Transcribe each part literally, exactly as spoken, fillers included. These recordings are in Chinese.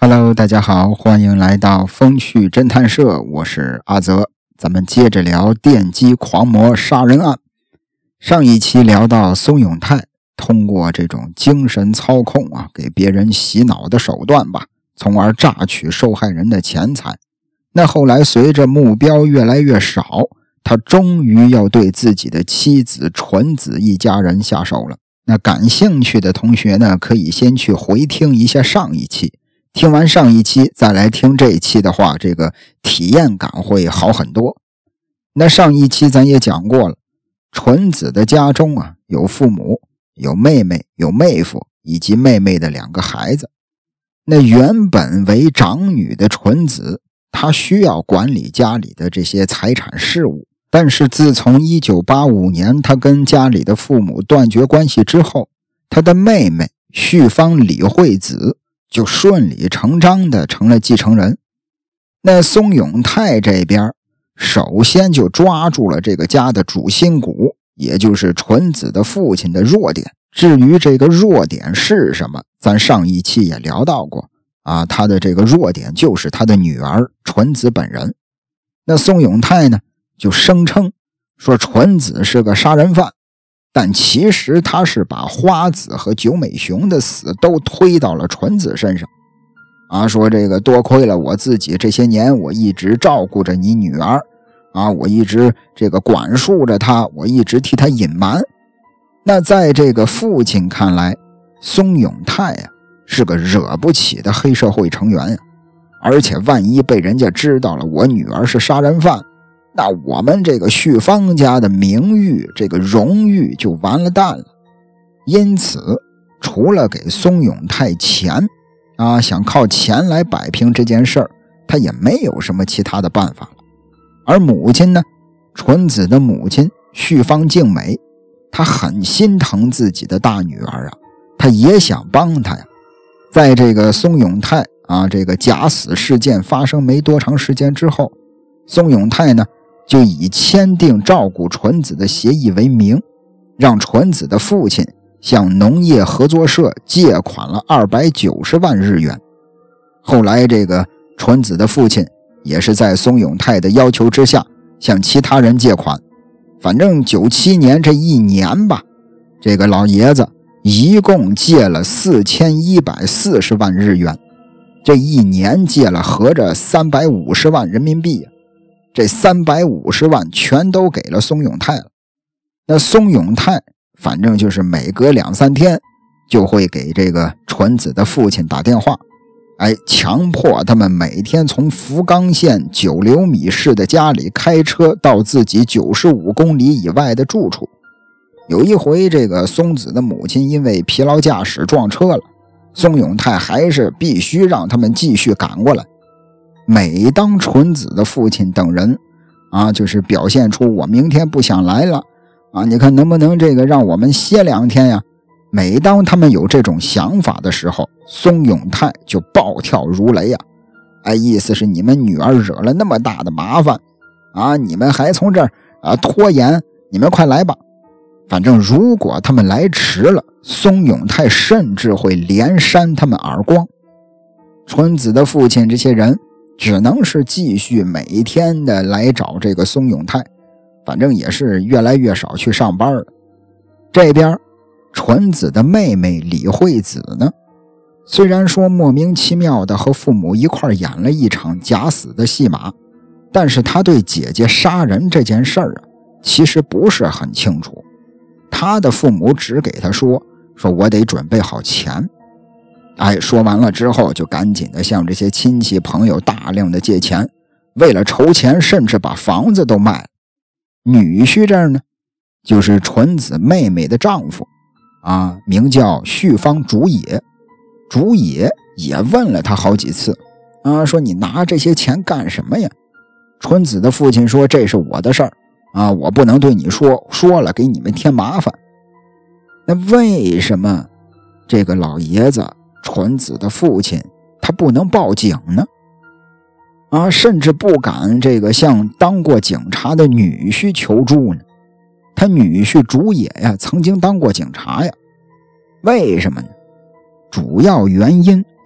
Hello， 大家好，欢迎来到风趣侦探社，我是阿泽。咱们接着聊电击狂魔杀人案。上一期聊到松永泰通过这种精神操控啊，给别人洗脑的手段吧，从而榨取受害人的钱财。那后来随着目标越来越少，他终于要对自己的妻子纯子一家人下手了。那感兴趣的同学呢，可以先去回听一下上一期，听完上一期再来听这一期的话，这个体验感会好很多。那上一期咱也讲过了，纯子的家中啊，有父母，有妹妹，有妹夫，以及妹妹的两个孩子。那原本为长女的纯子，她需要管理家里的这些财产事务，但是自从一九八五年她跟家里的父母断绝关系之后，她的妹妹旭方李惠子就顺理成章的成了继承人。那松永泰这边首先就抓住了这个家的主心骨，也就是纯子的父亲的弱点。至于这个弱点是什么，咱上一期也聊到过啊，他的这个弱点就是他的女儿纯子本人。那松永泰呢，就声称说纯子是个杀人犯，但其实他是把花子和九美雄的死都推到了纯子身上啊，说这个多亏了我自己这些年我一直照顾着你女儿啊，我一直这个管束着她，我一直替她隐瞒。那在这个父亲看来，松永泰啊是个惹不起的黑社会成员呀、啊，而且万一被人家知道了我女儿是杀人犯，那我们这个旭方家的名誉，这个荣誉就完了蛋了。因此除了给松永泰钱啊，想靠钱来摆平这件事儿，他也没有什么其他的办法了。而母亲呢，纯子的母亲旭方静美，她很心疼自己的大女儿啊，她也想帮她呀。在这个松永泰啊这个假死事件发生没多长时间之后，松永泰呢就以签订照顾纯子的协议为名，让纯子的父亲向农业合作社借款了二百九十万日元。后来这个纯子的父亲也是在松永泰的要求之下向其他人借款。反正九七年这一年吧，这个老爷子一共借了四千一百四十万日元，这一年借了合着三百五十万人民币、啊、这三百五十万全都给了松永泰了。那松永泰反正就是每隔两三天就会给这个纯子的父亲打电话，哎，强迫他们每天从福冈县九流米市的家里开车到自己九十五公里以外的住处。有一回这个松子的母亲因为疲劳驾驶撞车了，松永泰还是必须让他们继续赶过来。每当纯子的父亲等人啊，就是表现出我明天不想来了啊，你看能不能这个让我们歇两天呀？每当他们有这种想法的时候，松永泰就暴跳如雷呀、啊！哎，意思是你们女儿惹了那么大的麻烦啊，你们还从这儿啊拖延，你们快来吧！反正如果他们来迟了，松永泰甚至会连扇他们耳光。纯子的父亲这些人只能是继续每天的来找这个松永泰，反正也是越来越少去上班了。这边纯子的妹妹李惠子呢，虽然说莫名其妙的和父母一块演了一场假死的戏码，但是她对姐姐杀人这件事儿啊，其实不是很清楚。她的父母只给她说说我得准备好钱，哎，说完了之后就赶紧的向这些亲戚朋友大量的借钱，为了筹钱甚至把房子都卖了。女婿这儿呢，就是纯子妹妹的丈夫啊，名叫旭方竹野。竹野也问了他好几次啊，说你拿这些钱干什么呀？纯子的父亲说这是我的事儿啊，我不能对你说，说了给你们添麻烦。那为什么这个老爷子纯子的父亲他不能报警呢？啊，甚至不敢这个向当过警察的女婿求助呢？他女婿竹野呀，曾经当过警察呀。为什么呢？主要原因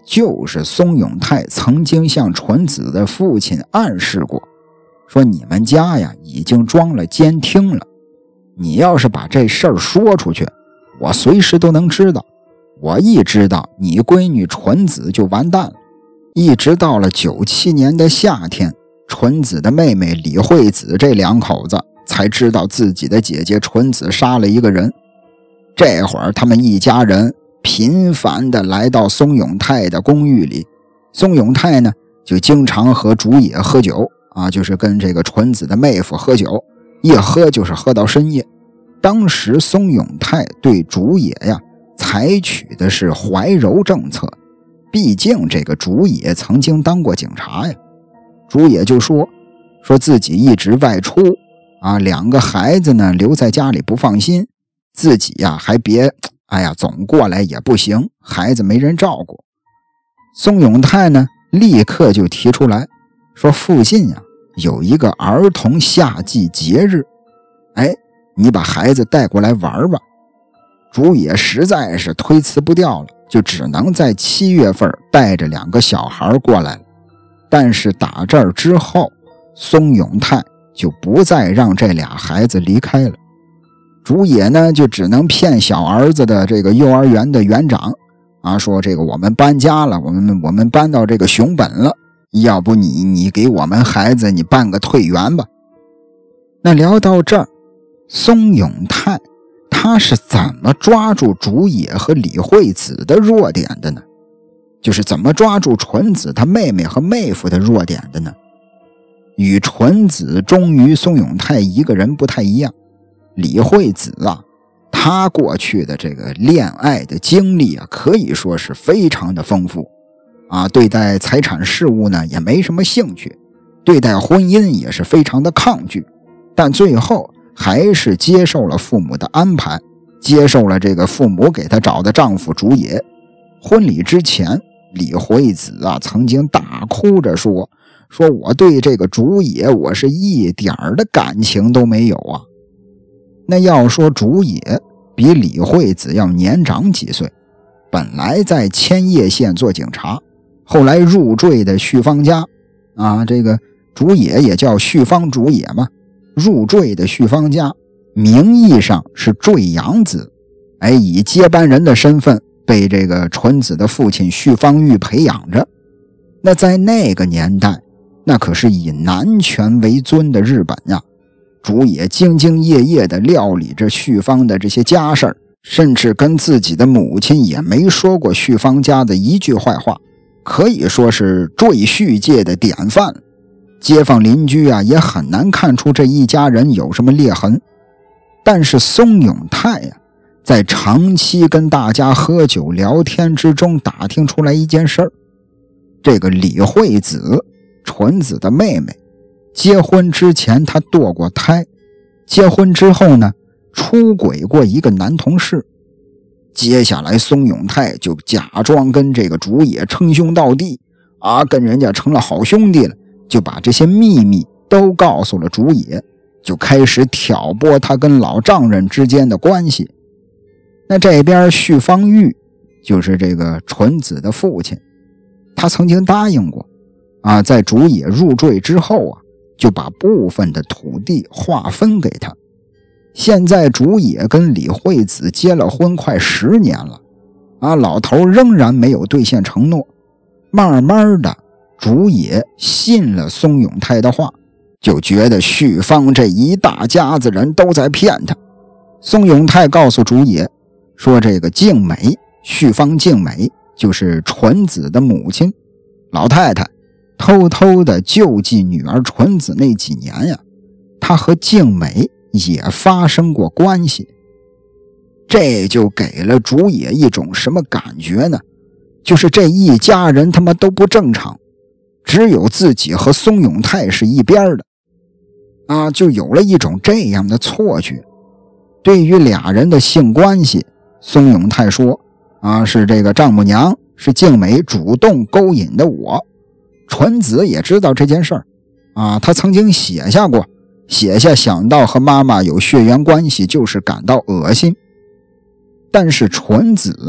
就是松永泰曾经向纯子的父亲暗示过，说你们家呀已经装了监听了，你要是把这事儿说出去，我随时都能知道，我一知道你闺女纯子就完蛋了。一直到了九七年的夏天，纯子的妹妹李惠子这两口子才知道自己的姐姐纯子杀了一个人。这会儿他们一家人频繁地来到松永泰的公寓里，松永泰呢就经常和竹野喝酒啊，就是跟这个纯子的妹夫喝酒，一喝就是喝到深夜。当时松永泰对竹野呀采取的是怀柔政策，毕竟这个竹野曾经当过警察呀。竹野就说说自己一直外出啊，两个孩子呢留在家里不放心，自己呀还别哎呀总过来也不行，孩子没人照顾。松永泰呢立刻就提出来说，附近呀有一个儿童夏季节日，哎，你把孩子带过来玩吧。竹野实在是推辞不掉了，就只能在七月份带着两个小孩过来了。但是打这儿之后，松永泰就不再让这俩孩子离开了。竹野呢就只能骗小儿子的这个幼儿园的园长啊，说这个我们搬家了，我们我们搬到这个熊本了，要不你你给我们孩子你办个退园吧。那聊到这儿，松永泰他是怎么抓住竹野和李惠子的弱点的呢？就是怎么抓住纯子他妹妹和妹夫的弱点的呢？与纯子忠于松永泰一个人不太一样，李惠子啊，她过去的这个恋爱的经历啊，可以说是非常的丰富啊，对待财产事务呢也没什么兴趣，对待婚姻也是非常的抗拒，但最后还是接受了父母的安排，接受了这个父母给她找的丈夫竹野。婚礼之前，李惠子啊曾经大哭着说说我对这个竹野我是一点的感情都没有啊。那要说竹野比李惠子要年长几岁，本来在千叶县做警察，后来入赘的旭方家啊，这个竹野也叫旭方竹野嘛，入赘的旭方家名义上是赘养子，哎，以接班人的身份被这个纯子的父亲旭方玉培养着。那在那个年代，那可是以男权为尊的日本呀，竹野兢兢业业地料理着旭方的这些家事儿，甚至跟自己的母亲也没说过旭方家的一句坏话，可以说是赘婿界的典范。街坊邻居啊也很难看出这一家人有什么裂痕。但是松永泰呀、啊，在长期跟大家喝酒聊天之中打听出来一件事儿，这个李惠子纯子的妹妹结婚之前她堕过胎，结婚之后呢出轨过一个男同事。接下来松永泰就假装跟这个竹野称兄道弟啊，跟人家成了好兄弟了，就把这些秘密都告诉了竹野，就开始挑拨他跟老丈人之间的关系。那这边旭方玉就是这个纯子的父亲，他曾经答应过啊，在竹野入赘之后啊，就把部分的土地划分给他。现在竹野跟李惠子结了婚快十年了啊，老头仍然没有兑现承诺。慢慢的竹野信了松永泰的话，就觉得旭方这一大家子人都在骗他。松永泰告诉竹野说，这个静美，旭方静美就是纯子的母亲，老太太偷偷的救济女儿纯子那几年呀，她和静美也发生过关系。这就给了竹野一种什么感觉呢？就是这一家人他妈都不正常，只有自己和松永泰是一边的啊，就有了一种这样的错觉。对于俩人的性关系，松永泰说啊，是这个丈母娘是静美主动勾引的我。纯子也知道这件事儿啊，他曾经写下过，写下想到和妈妈有血缘关系就是感到恶心。但是纯子啊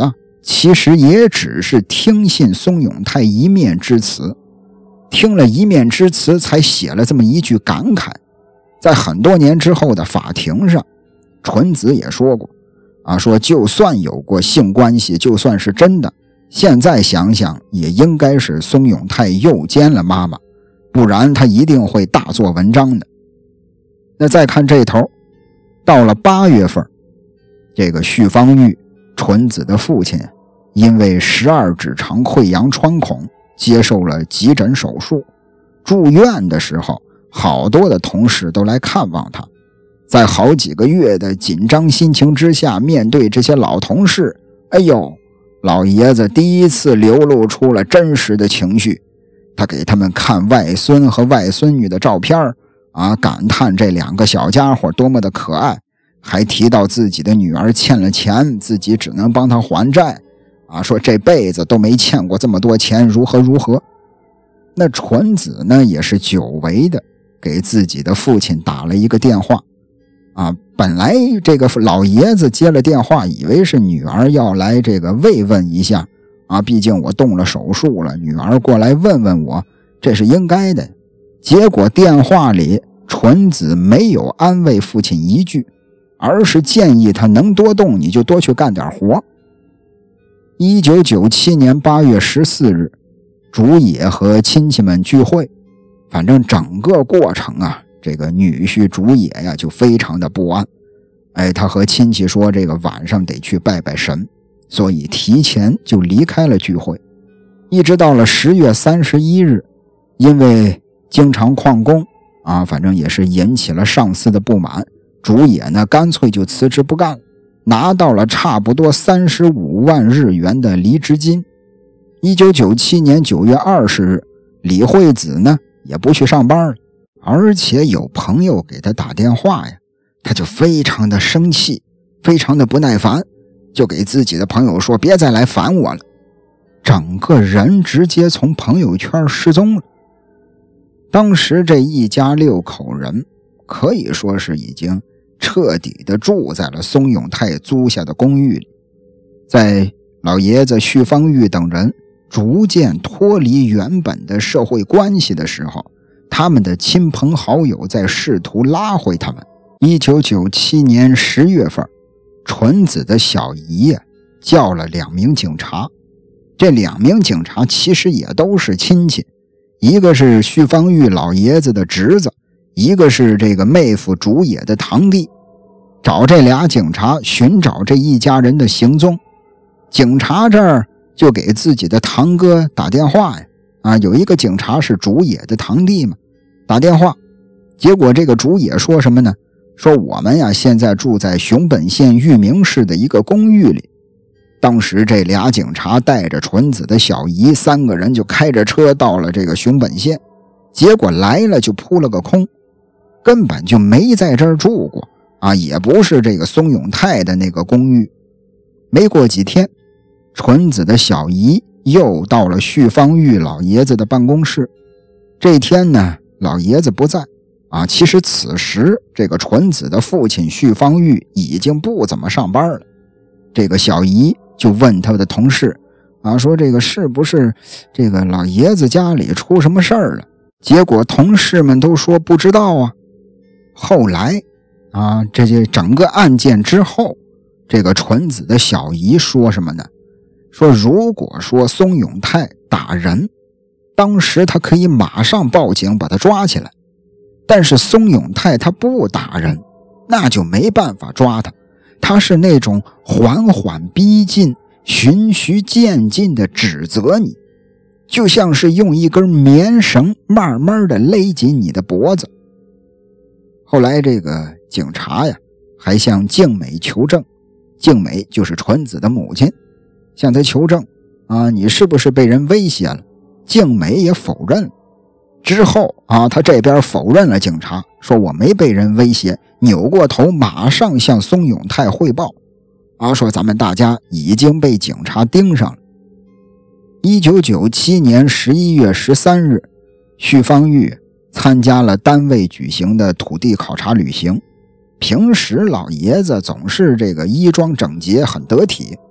其实也只是听信松永泰一面之词，听了一面之词才写了这么一句感慨。在很多年之后的法庭上，纯子也说过啊，说就算有过性关系，就算是真的，现在想想也应该是松永泰诱奸了妈妈，不然他一定会大做文章的。那再看这头，到了八月份，这个旭方玉纯子的父亲因为十二指肠溃疡穿孔接受了急诊手术，住院的时候好多的同事都来看望他。在好几个月的紧张心情之下，面对这些老同事，哎呦，老爷子第一次流露出了真实的情绪。他给他们看外孙和外孙女的照片啊，感叹这两个小家伙多么的可爱，还提到自己的女儿欠了钱，自己只能帮她还债啊，说这辈子都没欠过这么多钱，如何如何。那纯子呢，也是久违的给自己的父亲打了一个电话啊，本来这个老爷子接了电话，以为是女儿要来这个慰问一下啊，毕竟我动了手术了，女儿过来问问我，这是应该的。结果电话里纯子没有安慰父亲一句，而是建议他能多动你就多去干点活。一九九七年八月十四日，竹野和亲戚们聚会，反正整个过程啊，这个女婿竹野呀就非常的不安。哎，他和亲戚说这个晚上得去拜拜神，所以提前就离开了聚会。一直到了十月三十一日，因为经常旷工啊，反正也是引起了上司的不满，竹野呢干脆就辞职不干了，拿到了差不多三十五万日元的离职金。一九九七年九月二十日，李惠子呢也不去上班了，而且有朋友给他打电话呀，他就非常的生气，非常的不耐烦，就给自己的朋友说别再来烦我了，整个人直接从朋友圈失踪了。当时这一家六口人可以说是已经彻底的住在了松永泰租下的公寓里。在老爷子旭方玉等人逐渐脱离原本的社会关系的时候，他们的亲朋好友在试图拉回他们。一九九七年十月份，纯子的小姨叫了两名警察，这两名警察其实也都是亲戚，一个是旭方玉老爷子的侄子，一个是这个妹夫竹野的堂弟，找这俩警察寻找这一家人的行踪。警察这儿就给自己的堂哥打电话呀，啊，有一个警察是竹野的堂弟嘛，打电话，结果这个竹野说什么呢？说我们呀现在住在熊本县玉名市的一个公寓里。当时这俩警察带着纯子的小姨三个人就开着车到了这个熊本县，结果来了就扑了个空，根本就没在这儿住过啊，也不是这个松永泰的那个公寓。没过几天，纯子的小姨又到了旭方玉老爷子的办公室。这天呢，老爷子不在啊，其实此时这个纯子的父亲旭方玉已经不怎么上班了。这个小姨就问他的同事啊，说这个是不是这个老爷子家里出什么事儿了？结果同事们都说不知道啊。后来啊，这这整个案件之后，这个纯子的小姨说什么呢？说如果说松永泰打人，当时他可以马上报警把他抓起来，但是松永泰他不打人，那就没办法抓他，他是那种缓缓逼近，循序渐进的指责你，就像是用一根棉绳慢慢的勒紧你的脖子。后来这个警察呀还向静美求证，静美就是纯子的母亲，向他求证啊，你是不是被人威胁了？静美也否认了。之后啊，他这边否认了警察，说我没被人威胁，扭过头马上向松永泰汇报啊，说咱们大家已经被警察盯上了。一九九七年十一月十三日，旭方玉参加了单位举行的土地考察旅行。平时老爷子总是这个衣装整洁很得体，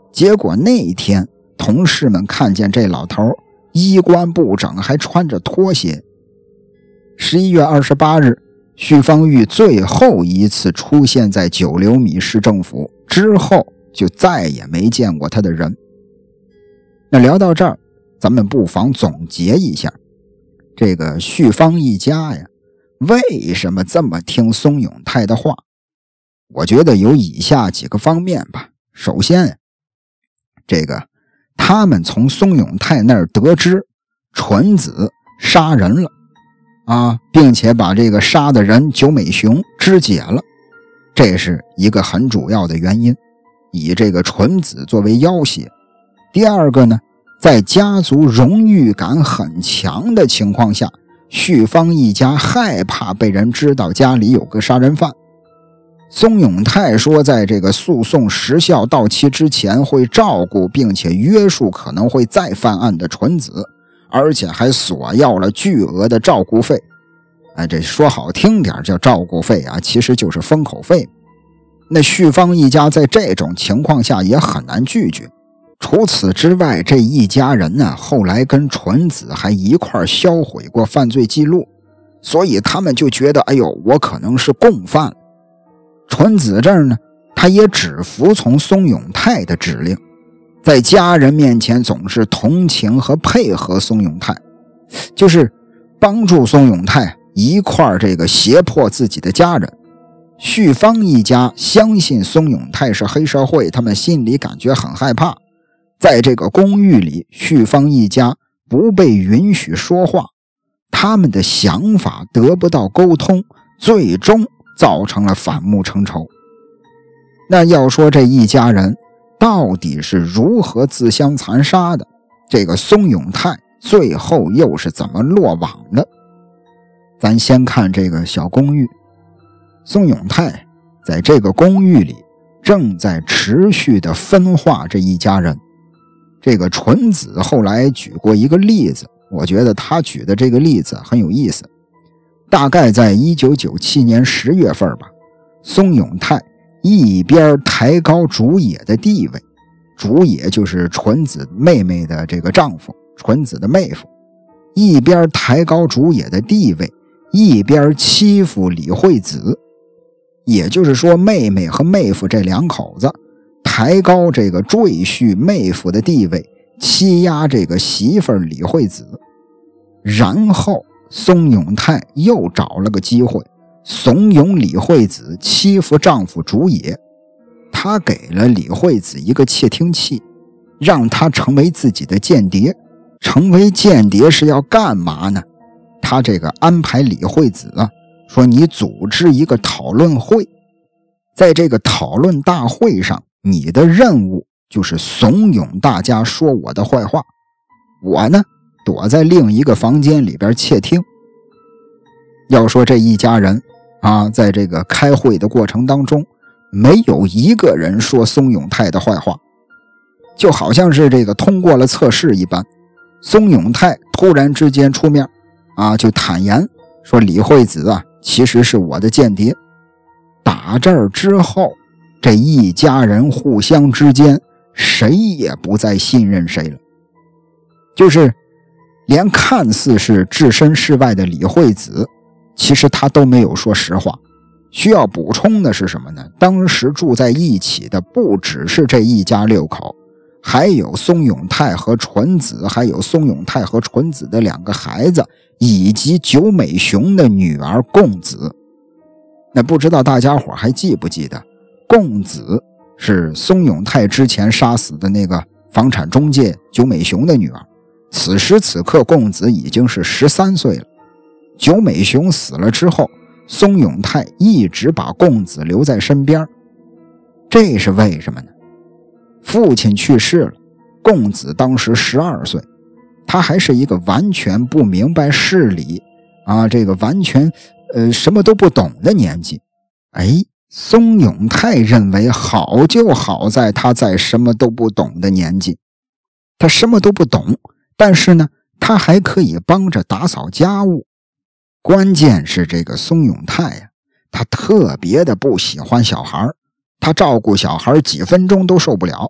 结果那天同事们看见这老头衣冠不整，还穿着拖鞋。十一月二十八日，许方玉最后一次出现在九流米市政府之后，就再也没见过他的人。那聊到这儿，咱们不妨总结一下，这个许方一家呀，为什么这么听松永泰的话？我觉得有以下几个方面吧。首先，这个他们从松永泰那儿得知纯子杀人了啊，并且把这个杀的人九美雄肢解了，这是一个很主要的原因，以这个纯子作为要挟。第二个呢，在家族荣誉感很强的情况下，许方一家害怕被人知道家里有个杀人犯。松永泰说在这个诉讼时效到期之前会照顾并且约束可能会再犯案的纯子，而且还索要了巨额的照顾费。哎，这说好听点叫照顾费啊，其实就是封口费。那许方一家在这种情况下也很难拒绝。除此之外，这一家人呢，后来跟纯子还一块销毁过犯罪记录，所以他们就觉得，哎呦，我可能是共犯。纯子这儿呢，他也只服从松永泰的指令，在家人面前总是同情和配合松永泰，就是帮助松永泰一块这个胁迫自己的家人。许方一家相信松永泰是黑社会，他们心里感觉很害怕。在这个公寓里，许方一家不被允许说话，他们的想法得不到沟通，最终造成了反目成仇。那要说这一家人到底是如何自相残杀的，这个松永泰最后又是怎么落网的？咱先看这个小公寓，松永泰在这个公寓里正在持续的分化这一家人。这个纯子后来举过一个例子，我觉得他举的这个例子很有意思。大概在一九九七年十月份吧，松永泰一边抬高竹野的地位，竹野就是纯子妹妹的这个丈夫，纯子的妹夫，一边抬高竹野的地位，一边欺负李惠子。也就是说，妹妹和妹夫这两口子抬高这个赘婿妹夫的地位，欺压这个媳妇儿李惠子。然后松永泰又找了个机会怂恿李惠子欺负丈夫竹野，他给了李惠子一个窃听器，让她成为自己的间谍。成为间谍是要干嘛呢？他这个安排李惠子啊，说你组织一个讨论会，在这个讨论大会上，你的任务就是怂恿大家说我的坏话，我呢躲在另一个房间里边窃听。要说这一家人啊，在这个开会的过程当中，没有一个人说松永泰的坏话，就好像是这个通过了测试一般。松永泰突然之间出面啊，就坦言说李惠子啊其实是我的间谍。打这儿之后，这一家人互相之间谁也不再信任谁了，就是连看似是置身事外的李惠子，其实他都没有说实话。需要补充的是什么呢？当时住在一起的不只是这一家六口，还有松永泰和纯子，还有松永泰和纯子的两个孩子，以及九美雄的女儿贡子。那不知道大家伙还记不记得，贡子是松永泰之前杀死的那个房产中介九美雄的女儿。此时此刻贡子已经是十三岁了。九美雄死了之后，松永泰一直把贡子留在身边，这是为什么呢？父亲去世了，贡子当时十二岁，他还是一个完全不明白事理啊，这个完全呃什么都不懂的年纪。哎，松永泰认为好就好在他在什么都不懂的年纪，他什么都不懂，但是呢，他还可以帮着打扫家务。关键是这个松永泰呀、啊，他特别的不喜欢小孩，他照顾小孩几分钟都受不了。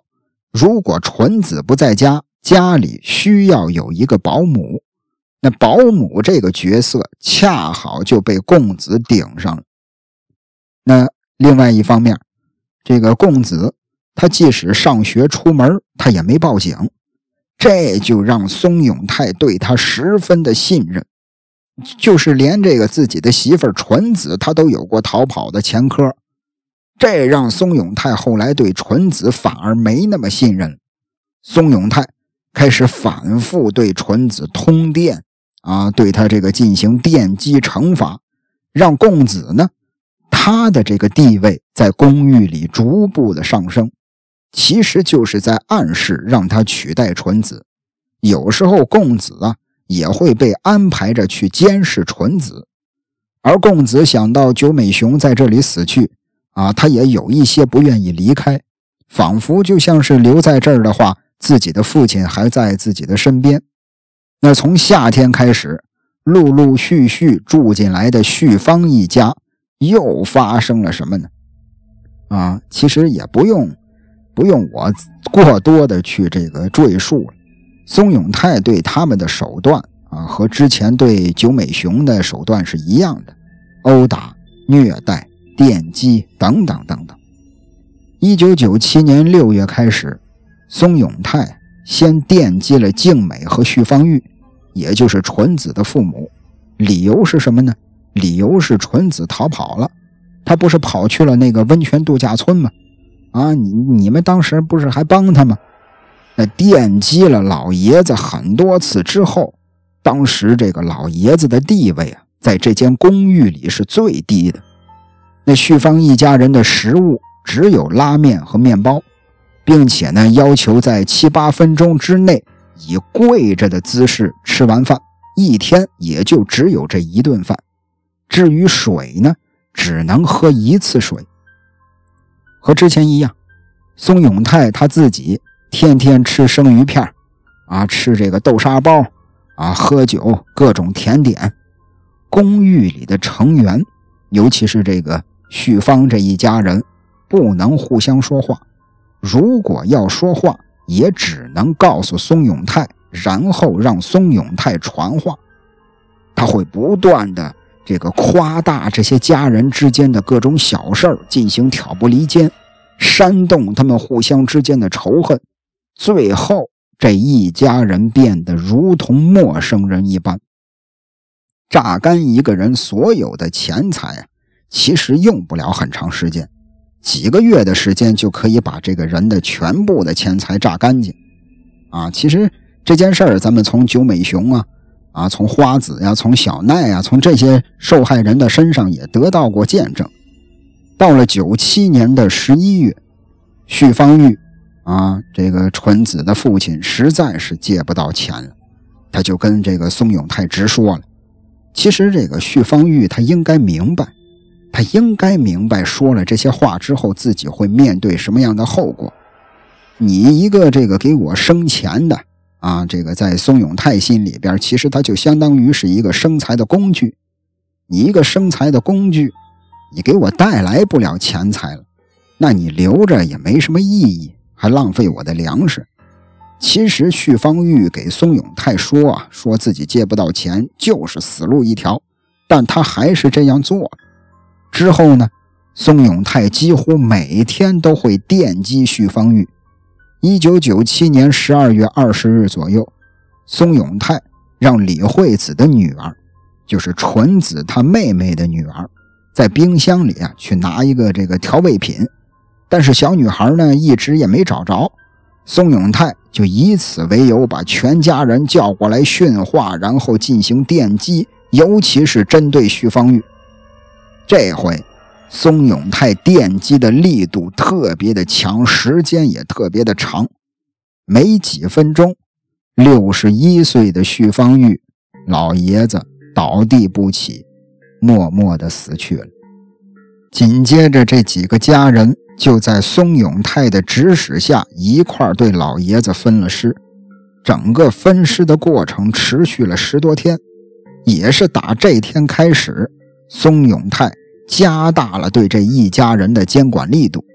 如果纯子不在家，家里需要有一个保姆，那保姆这个角色恰好就被贡子顶上了。那另外一方面，这个贡子他即使上学出门，他也没报警，这就让松永泰对他十分的信任，就是连这个自己的媳妇儿纯子他都有过逃跑的前科，这让松永泰后来对纯子反而没那么信任了。松永泰开始反复对纯子通电啊，对他这个进行电击惩罚，让贡子呢他的这个地位在公寓里逐步的上升，其实就是在暗示让他取代纯子。有时候贡子啊也会被安排着去监视纯子，而贡子想到九美雄在这里死去啊，他也有一些不愿意离开，仿佛就像是留在这儿的话，自己的父亲还在自己的身边。那从夏天开始，陆陆续续住进来的旭芳一家又发生了什么呢？啊，其实也不用不用我过多的去这个赘述了。松永泰对他们的手段啊，和之前对九美雄的手段是一样的，殴打、虐待、电击等等等等。一九九七年六月开始，松永泰先电击了静美和旭芳玉，也就是纯子的父母。理由是什么呢？理由是纯子逃跑了，他不是跑去了那个温泉度假村吗？啊，你你们当时不是还帮他吗？那电击了老爷子很多次之后，当时这个老爷子的地位啊，在这间公寓里是最低的。那旭芳一家人的食物只有拉面和面包，并且呢，要求在七八分钟之内以跪着的姿势吃完饭，一天也就只有这一顿饭。至于水呢，只能喝一次水。和之前一样，松永泰他自己天天吃生鱼片啊，吃这个豆沙包啊，喝酒，各种甜点。公寓里的成员，尤其是这个旭芳这一家人，不能互相说话，如果要说话也只能告诉松永泰，然后让松永泰传话。他会不断的这个夸大这些家人之间的各种小事儿，进行挑拨离间，煽动他们互相之间的仇恨，最后这一家人变得如同陌生人一般。榨干一个人所有的钱财啊，其实用不了很长时间，几个月的时间就可以把这个人的全部的钱财榨干净啊。其实这件事儿咱们从九美雄啊啊，从花子呀、啊，从小奈啊，从这些受害人的身上也得到过见证。到了九七年的十一月，旭芳玉啊，这个纯子的父亲实在是借不到钱了，他就跟这个松永泰直说了。其实这个旭芳玉他应该明白，他应该明白说了这些话之后自己会面对什么样的后果。你一个这个给我生钱的啊，这个在松永泰心里边，其实他就相当于是一个生财的工具。你一个生财的工具，你给我带来不了钱财了，那你留着也没什么意义，还浪费我的粮食。其实旭芳玉给松永泰说啊，说自己借不到钱就是死路一条，但他还是这样做了。之后呢，松永泰几乎每天都会电击旭芳玉。一九九七年十二月二十日左右，松永泰让李惠子的女儿，就是纯子她妹妹的女儿，在冰箱里啊去拿一个这个调味品，但是小女孩呢一直也没找着。松永泰就以此为由把全家人叫过来训话，然后进行电击，尤其是针对旭芳玉。这回松永泰电击的力度特别的强，时间也特别的长，没几分钟，六十一岁的旭芳玉老爷子倒地不起，默默的死去了。紧接着这几个家人就在松永泰的指使下一块对老爷子分了尸。整个分尸的过程持续了十多天，也是打这天开始，松永泰加大了对这一家人的监管力度，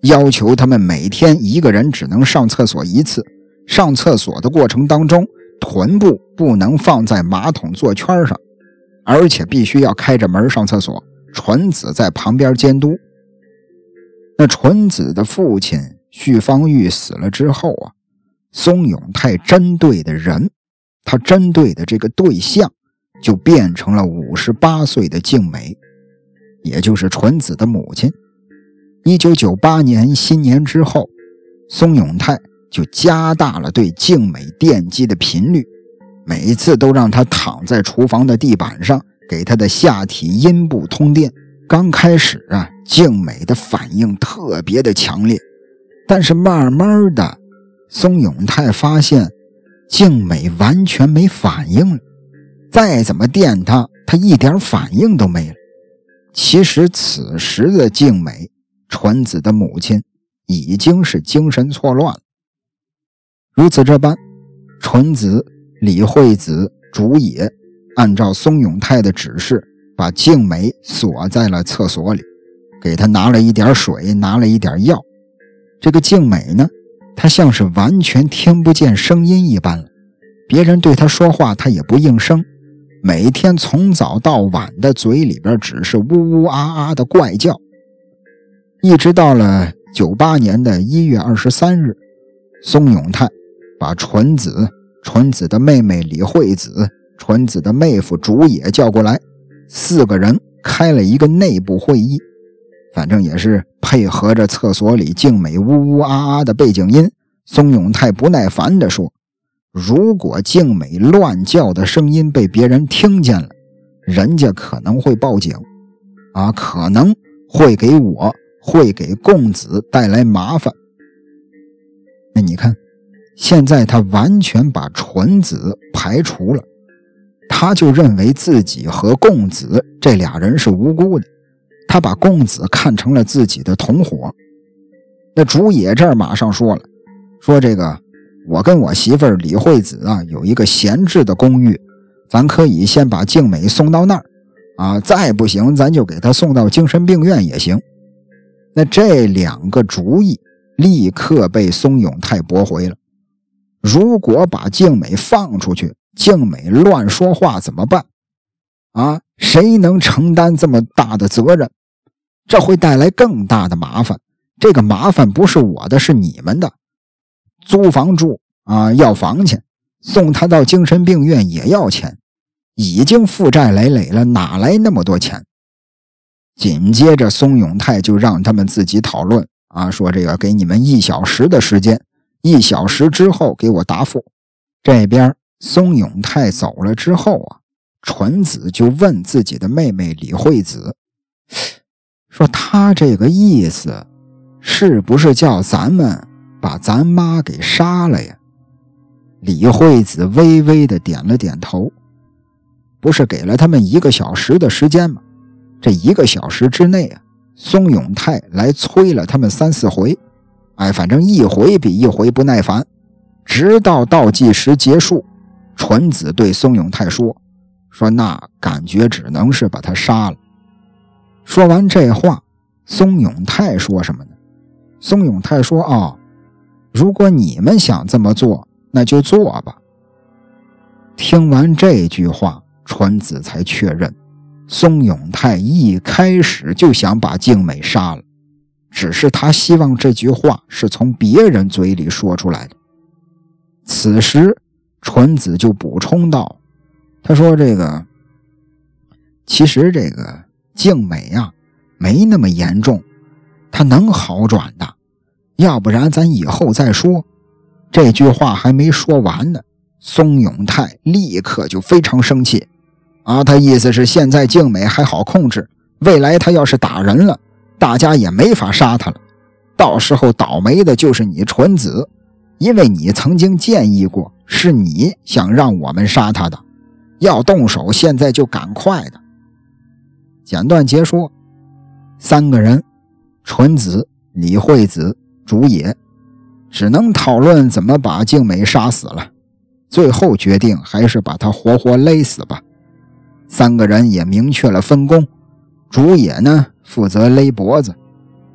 要求他们每天一个人只能上厕所一次，上厕所的过程当中，臀部不能放在马桶座圈上，而且必须要开着门上厕所，纯子在旁边监督。那纯子的父亲旭方玉死了之后啊，松永泰针对的人，他针对的这个对象就变成了五十八岁的静美，也就是纯子的母亲。一九九八年新年之后，松永泰就加大了对静美电击的频率，每次都让她躺在厨房的地板上，给她的下体阴部通电。刚开始啊，静美的反应特别的强烈，但是慢慢的，松永泰发现静美完全没反应了，再怎么电她，她一点反应都没了。其实此时的静美，纯子的母亲已经是精神错乱了。如此这般，纯子、李惠子、竹野按照松永泰的指示，把静美锁在了厕所里，给她拿了一点水，拿了一点药。这个静美呢，她像是完全听不见声音一般了，别人对她说话她也不应声，每天从早到晚的嘴里边只是呜呜啊啊的怪叫。一直到了九八年的一月二十三日，松永泰把纯子、纯子的妹妹李惠子、纯子的妹夫竹野叫过来，四个人开了一个内部会议，反正也是配合着厕所里静美呜呜啊啊的背景音。松永泰不耐烦地说，如果静美乱叫的声音被别人听见了，人家可能会报警啊，可能会给我会给贡子带来麻烦。那你看，现在他完全把纯子排除了，他就认为自己和贡子这俩人是无辜的，他把贡子看成了自己的同伙。那竹野这儿马上说了，说这个我跟我媳妇儿李惠子啊有一个闲置的公寓，咱可以先把静美送到那儿啊，再不行咱就给她送到精神病院也行。那这两个主意立刻被松永泰驳回了。如果把静美放出去，静美乱说话怎么办啊？谁能承担这么大的责任？这会带来更大的麻烦，这个麻烦不是我的，是你们的。租房住啊，要房钱，送他到精神病院也要钱，已经负债累累了，哪来那么多钱？紧接着松永泰就让他们自己讨论啊，说这个给你们一小时的时间，一小时之后给我答复。这边松永泰走了之后啊，纯子就问自己的妹妹李惠子，说他这个意思是不是叫咱们把咱妈给杀了呀？李惠子微微的点了点头。不是给了他们一个小时的时间吗？这一个小时之内啊，松永泰来催了他们三四回，哎，反正一回比一回不耐烦。直到倒计时结束，纯子对松永泰说说那感觉只能是把他杀了。说完这话，松永泰说什么呢？松永泰说哦，如果你们想这么做，那就做吧。听完这句话，纯子才确认松永泰一开始就想把静美杀了，只是他希望这句话是从别人嘴里说出来的。此时纯子就补充道，他说这个其实这个静美啊没那么严重，他能好转的，要不然咱以后再说。这句话还没说完呢，松永泰立刻就非常生气啊，他意思是现在静美还好控制，未来他要是打人了，大家也没法杀他了，到时候倒霉的就是你纯子，因为你曾经建议过，是你想让我们杀他的，要动手现在就赶快的。简短结说，三个人，纯子、李惠子、竹野，只能讨论怎么把静美杀死了，最后决定还是把他活活勒死吧。三个人也明确了分工，竹野呢负责勒脖子，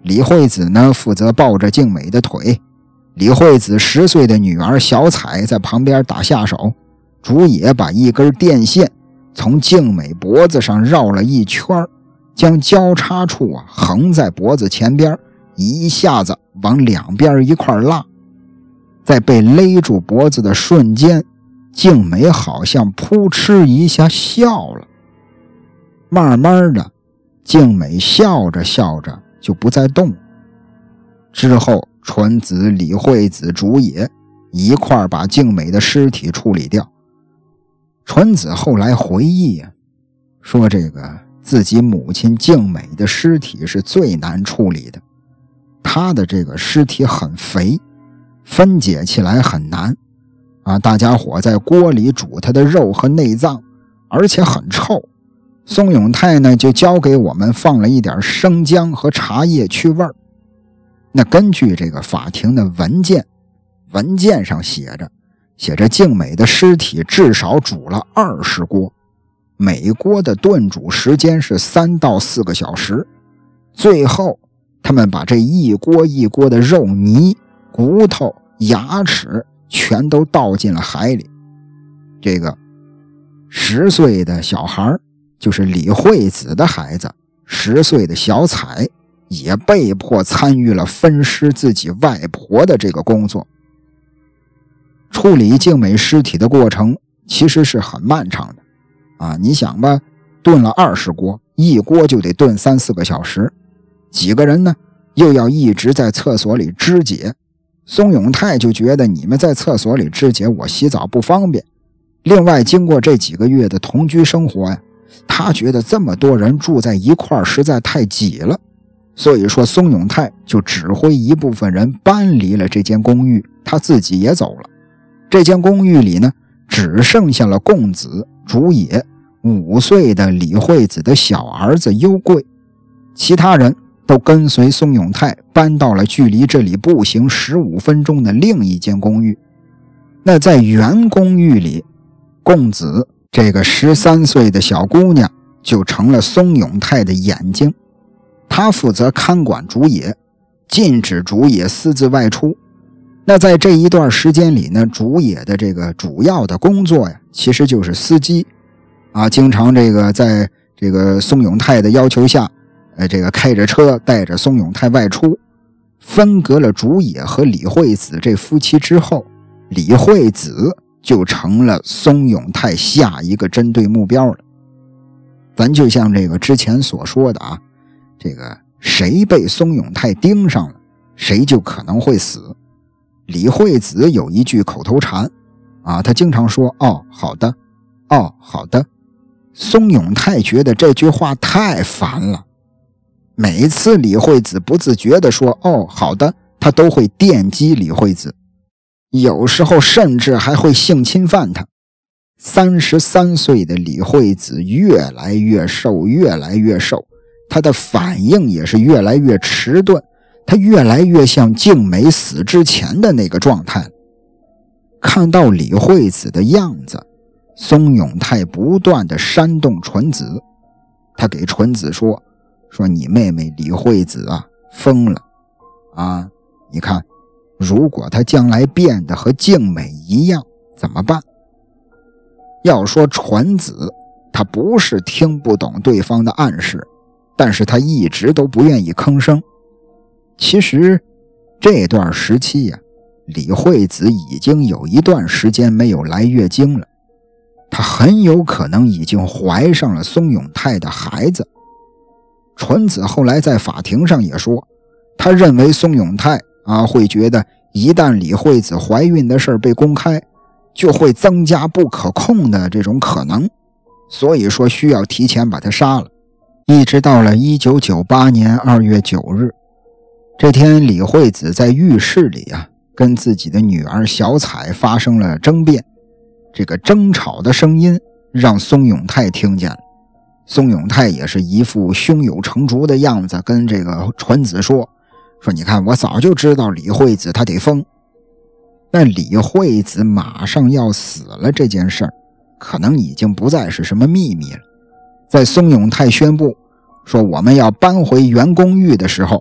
李惠子呢负责抱着静美的腿，李惠子十岁的女儿小彩在旁边打下手，竹野把一根电线从静美脖子上绕了一圈，将交叉处啊横在脖子前边，一下子往两边一块拉。在被勒住脖子的瞬间，静美好像扑哧一下笑了。慢慢的，静美笑着笑着就不再动了。之后纯子、李惠子、竹野一块把静美的尸体处理掉。纯子后来回忆啊，说这个自己母亲静美的尸体是最难处理的，她的这个尸体很肥，分解起来很难啊！大家伙在锅里煮她的肉和内脏，而且很臭。宋永泰呢就教给我们放了一点生姜和茶叶去味儿。那根据这个法庭的文件，文件上写着写着静美的尸体至少煮了二十锅，每锅的炖煮时间是三到四个小时。最后他们把这一锅一锅的肉泥、骨头、牙齿全都倒进了海里。这个十岁的小孩，就是李惠子的孩子，十岁的小彩也被迫参与了分尸自己外婆的这个工作。处理静美尸体的过程其实是很漫长的啊！你想吧，炖了二十锅，一锅就得炖三四个小时，几个人呢又要一直在厕所里肢解。宋永泰就觉得你们在厕所里肢解，我洗澡不方便。另外经过这几个月的同居生活呀，他觉得这么多人住在一块儿实在太挤了，所以说宋永泰就指挥一部分人搬离了这间公寓，他自己也走了。这间公寓里呢，只剩下了贡子、竹野、五岁的李惠子的小儿子幽贵，其他人都跟随宋永泰搬到了距离这里步行十五分钟的另一间公寓。那在原公寓里，贡子这个十三岁的小姑娘就成了宋永泰的眼睛，她负责看管竹野，禁止竹野私自外出。那在这一段时间里呢，竹野的这个主要的工作呀，其实就是司机啊，经常这个在这个宋永泰的要求下，呃，这个开着车带着宋永泰外出。分隔了竹野和李惠子这夫妻之后，李惠子就成了宋永泰下一个针对目标了。咱就像这个之前所说的啊，这个谁被宋永泰盯上了，谁就可能会死。李惠子有一句口头禅啊，他经常说哦好的，哦好的。宋永泰觉得这句话太烦了，每次李惠子不自觉地说哦好的，他都会电击李惠子，有时候甚至还会性侵犯他。三十三岁的李惠子越来越瘦，越来越瘦，她的反应也是越来越迟钝，她越来越像静美死之前的那个状态。看到李惠子的样子，宋永泰不断地煽动纯子，他给纯子说说你妹妹李惠子啊疯了啊，你看如果她将来变得和静美一样怎么办？要说纯子，她不是听不懂对方的暗示，但是她一直都不愿意吭声。其实这段时期呀、啊，李惠子已经有一段时间没有来月经了，她很有可能已经怀上了宋永泰的孩子。纯子后来在法庭上也说，他认为宋永泰啊会觉得一旦李惠子怀孕的事被公开，就会增加不可控的这种可能，所以说需要提前把他杀了。一直到了一九九八年二月九日，这天李惠子在浴室里啊跟自己的女儿小彩发生了争辩，这个争吵的声音让宋永泰听见了。宋永泰也是一副胸有成竹的样子，跟这个纯子说说你看我早就知道李惠子她得疯。但李惠子马上要死了这件事儿可能已经不再是什么秘密了。在宋永泰宣布说我们要搬回原公寓的时候，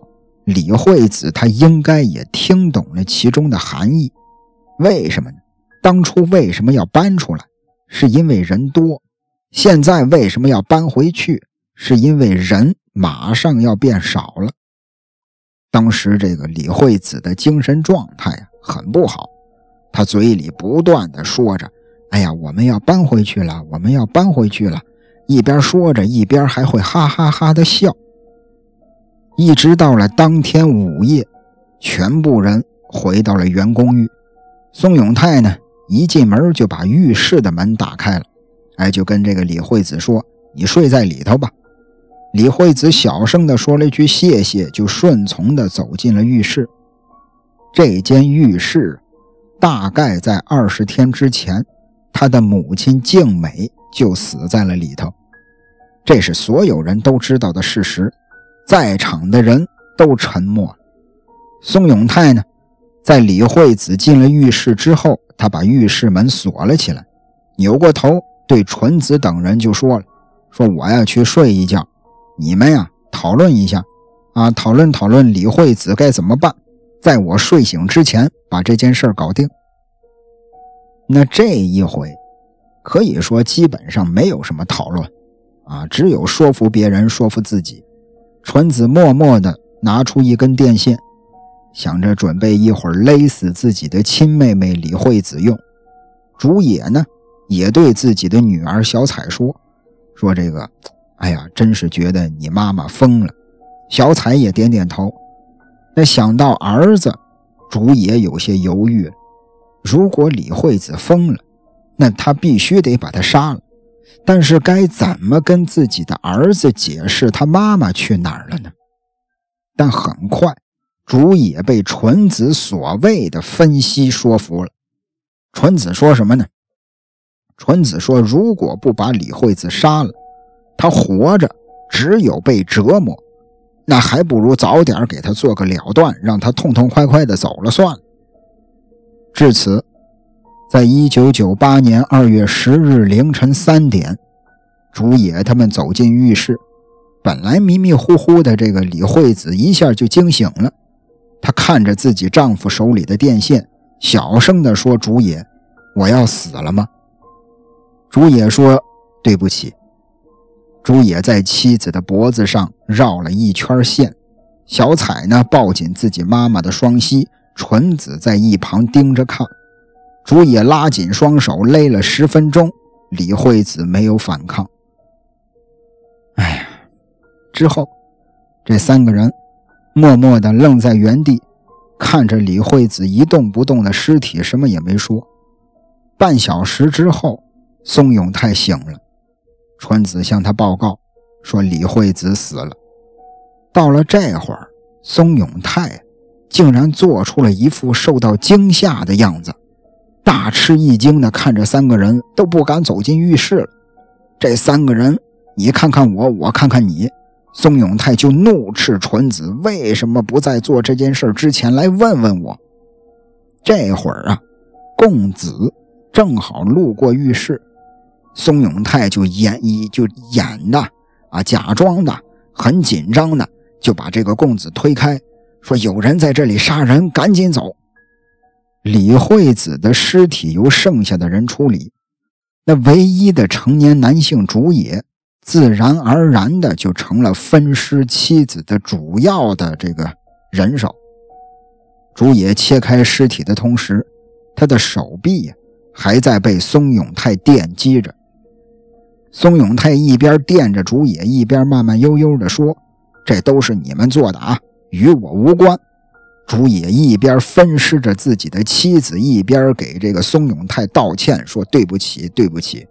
李惠子她应该也听懂了其中的含义。为什么呢？当初为什么要搬出来？是因为人多。现在为什么要搬回去？是因为人马上要变少了。当时这个李惠子的精神状态啊很不好，她嘴里不断地说着，哎呀，我们要搬回去了，我们要搬回去了，一边说着一边还会哈哈哈的笑。一直到了当天午夜，全部人回到了原公寓。宋永泰呢，一进门就把浴室的门打开了，哎，就跟这个李惠子说，你睡在里头吧。李惠子小声地说了一句谢谢，就顺从地走进了浴室。这间浴室大概在二十天之前，他的母亲静美就死在了里头，这是所有人都知道的事实，在场的人都沉默了。宋永泰呢，在李惠子进了浴室之后，他把浴室门锁了起来，扭过头对纯子等人就说了，说我要去睡一觉，你们呀讨论一下啊，讨论讨论李惠子该怎么办，在我睡醒之前把这件事搞定。那这一回可以说基本上没有什么讨论啊，只有说服别人说服自己。纯子默默地拿出一根电线，想着准备一会儿勒死自己的亲妹妹李惠子用。竹野呢也对自己的女儿小彩说，说这个哎呀，真是觉得你妈妈疯了。小彩也点点头。那想到儿子，竹野有些犹豫了。如果李惠子疯了，那他必须得把他杀了，但是该怎么跟自己的儿子解释他妈妈去哪儿了呢？但很快竹野被纯子所谓的分析说服了。纯子说什么呢？纯子说，如果不把李惠子杀了，他活着只有被折磨，那还不如早点给他做个了断，让他痛痛快快的走了算了。至此，在一九九八年二月十日凌晨三点，竹野他们走进浴室，本来迷迷糊糊的这个李惠子一下就惊醒了。她看着自己丈夫手里的电线，小声地说，竹野，我要死了吗？竹野说，对不起。竹野在妻子的脖子上绕了一圈线，小彩呢抱紧自己妈妈的双膝，纯子在一旁盯着看。竹野拉紧双手勒了十分钟，李惠子没有反抗。哎呀，之后这三个人默默地愣在原地，看着李惠子一动不动的尸体，什么也没说。半小时之后，宋永泰醒了，纯子向他报告说李惠子死了。到了这会儿，宋永泰竟然做出了一副受到惊吓的样子，大吃一惊地看着三个人，都不敢走进浴室了。这三个人，你看看我，我看看你，宋永泰就怒斥纯子为什么不在做这件事之前来问问我。这会儿啊，贡子正好路过浴室，宋永泰就演一就演的啊，假装的很紧张的就把这个贡子推开，说有人在这里杀人，赶紧走。李惠子的尸体由剩下的人处理，那唯一的成年男性竹野自然而然的就成了分尸妻子的主要的这个人手。竹野切开尸体的同时，他的手臂还在被松永泰电击着。松永泰一边电着竹野，一边慢慢悠悠地说，这都是你们做的啊，与我无关。竹野一边分尸着自己的妻子，一边给这个松永泰道歉，说对不起对不起。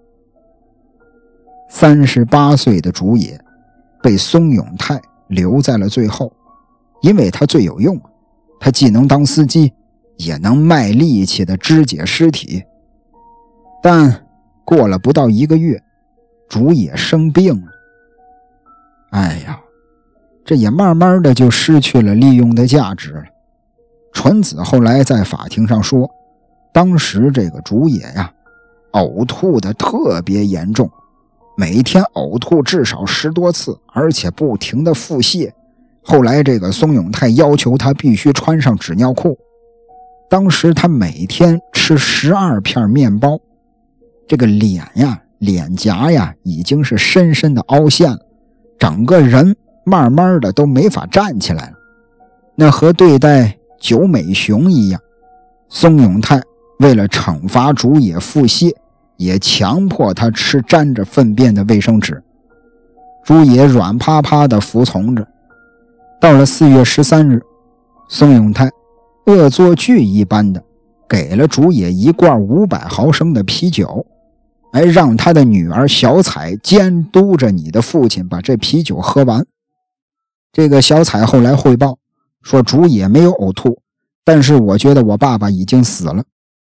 三十八岁的竹野被松永泰留在了最后，因为他最有用，他既能当司机，也能卖力气的肢解尸体。但过了不到一个月，竹野生病了。哎呀，这也慢慢的就失去了利用的价值了。纯子后来在法庭上说，当时这个竹野呀，呕吐的特别严重，每天呕吐至少十多次，而且不停的腹泻， 后来这个松永泰要求他必须穿上纸尿裤。当时他每天吃十二片面包，这个脸呀脸颊呀已经是深深的凹陷了，整个人慢慢的都没法站起来了。那和对待九美雄一样，松永泰为了惩罚竹野腹泻，也强迫他吃沾着粪便的卫生纸。竹野软趴趴的服从着。到了四月十三日，松永泰恶作剧一般的给了竹野一罐五百毫升的啤酒，哎，让他的女儿小彩监督着你的父亲把这啤酒喝完。这个小彩后来汇报说，竹野没有呕吐，但是我觉得我爸爸已经死了。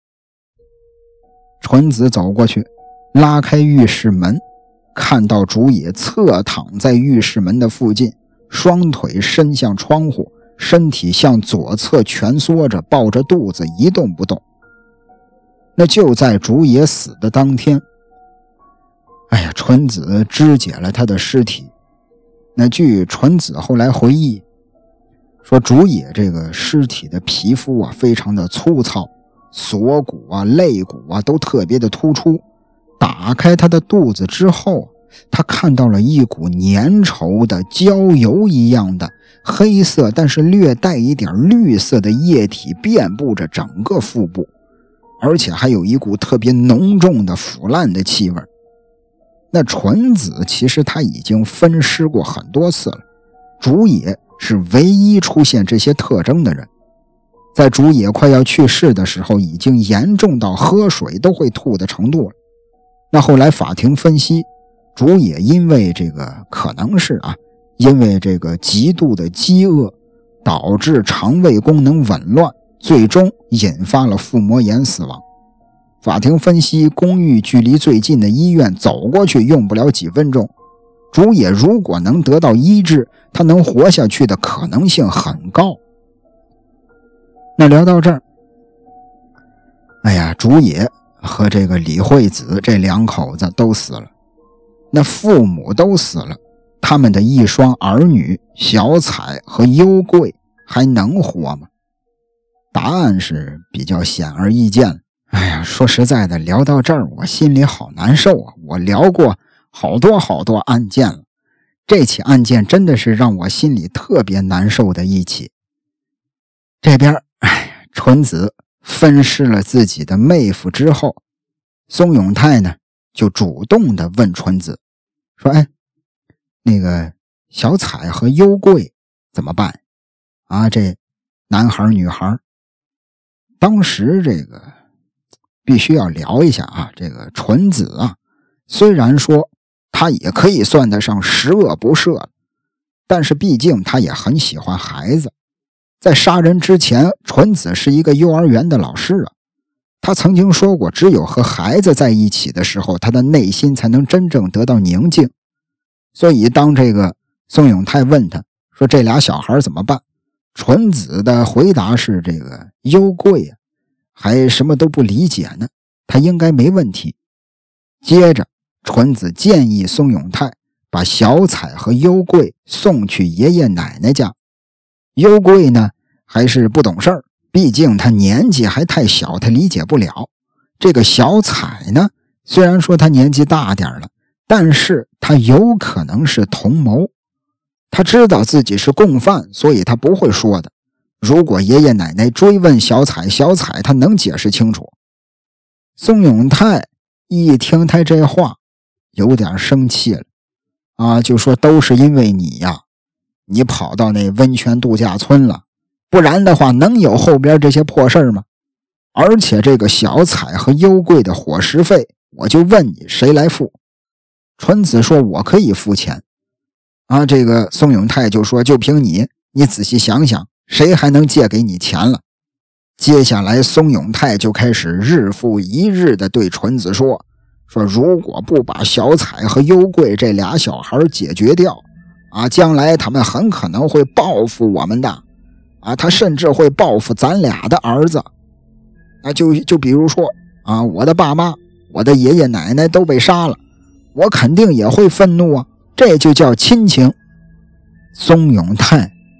纯子走过去，拉开浴室门，看到竹野侧躺在浴室门的附近，双腿伸向窗户，身体向左侧蜷缩着，抱着肚子一动不动。那就在竹野死的当天，哎呀，纯子肢解了他的尸体。那据纯子后来回忆说，竹野这个尸体的皮肤啊非常的粗糙，锁骨啊肋骨啊都特别的突出。打开他的肚子之后，他看到了一股粘稠的焦油一样的黑色但是略带一点绿色的液体遍布着整个腹部，而且还有一股特别浓重的腐烂的气味。那纯子其实他已经分尸过很多次了，竹野是唯一出现这些特征的人。在竹野快要去世的时候，已经严重到喝水都会吐的程度了。那后来法庭分析，竹野因为这个可能是啊，因为这个极度的饥饿导致肠胃功能紊乱，最终引发了腹膜炎死亡。法庭分析，公寓距离最近的医院走过去用不了几分钟，竹野如果能得到医治，他能活下去的可能性很高。那聊到这儿，哎呀，竹野和这个李惠子这两口子都死了，那父母都死了，他们的一双儿女小彩和幽贵还能活吗？答案是比较显而易见。哎呀，说实在的，聊到这儿我心里好难受啊！我聊过好多好多案件了，这起案件真的是让我心里特别难受的一起。这边，哎，纯子分尸了自己的妹夫之后，松永泰呢就主动的问纯子说：“哎，那个小彩和幽贵怎么办啊？这男孩女孩？”当时这个必须要聊一下啊，这个纯子啊，虽然说他也可以算得上十恶不赦了，但是毕竟他也很喜欢孩子。在杀人之前，纯子是一个幼儿园的老师啊，他曾经说过，只有和孩子在一起的时候，他的内心才能真正得到宁静。所以当这个宋永泰问他说这俩小孩怎么办，纯子的回答是这个幽贵啊，还什么都不理解呢，他应该没问题。接着纯子建议宋永泰把小彩和幽贵送去爷爷奶奶家。幽贵呢还是不懂事儿，毕竟他年纪还太小，他理解不了。这个小彩呢，虽然说他年纪大点了，但是他有可能是同谋，他知道自己是共犯，所以他不会说的。如果爷爷奶奶追问小彩，小彩他能解释清楚。宋永泰一听他这话有点生气了啊，就说都是因为你呀，你跑到那温泉度假村了，不然的话能有后边这些破事吗？而且这个小彩和幽贵的伙食费，我就问你谁来付？纯子说我可以付钱啊，这个宋永泰就说就凭你，你仔细想想，谁还能借给你钱了？接下来宋永泰就开始日复一日的对纯子说说如果不把小彩和幽贵这俩小孩解决掉啊，将来他们很可能会报复我们的啊，他甚至会报复咱俩的儿子啊，就就比如说啊，我的爸妈，我的爷爷奶奶都被杀了，我肯定也会愤怒啊，这就叫亲情。宋永泰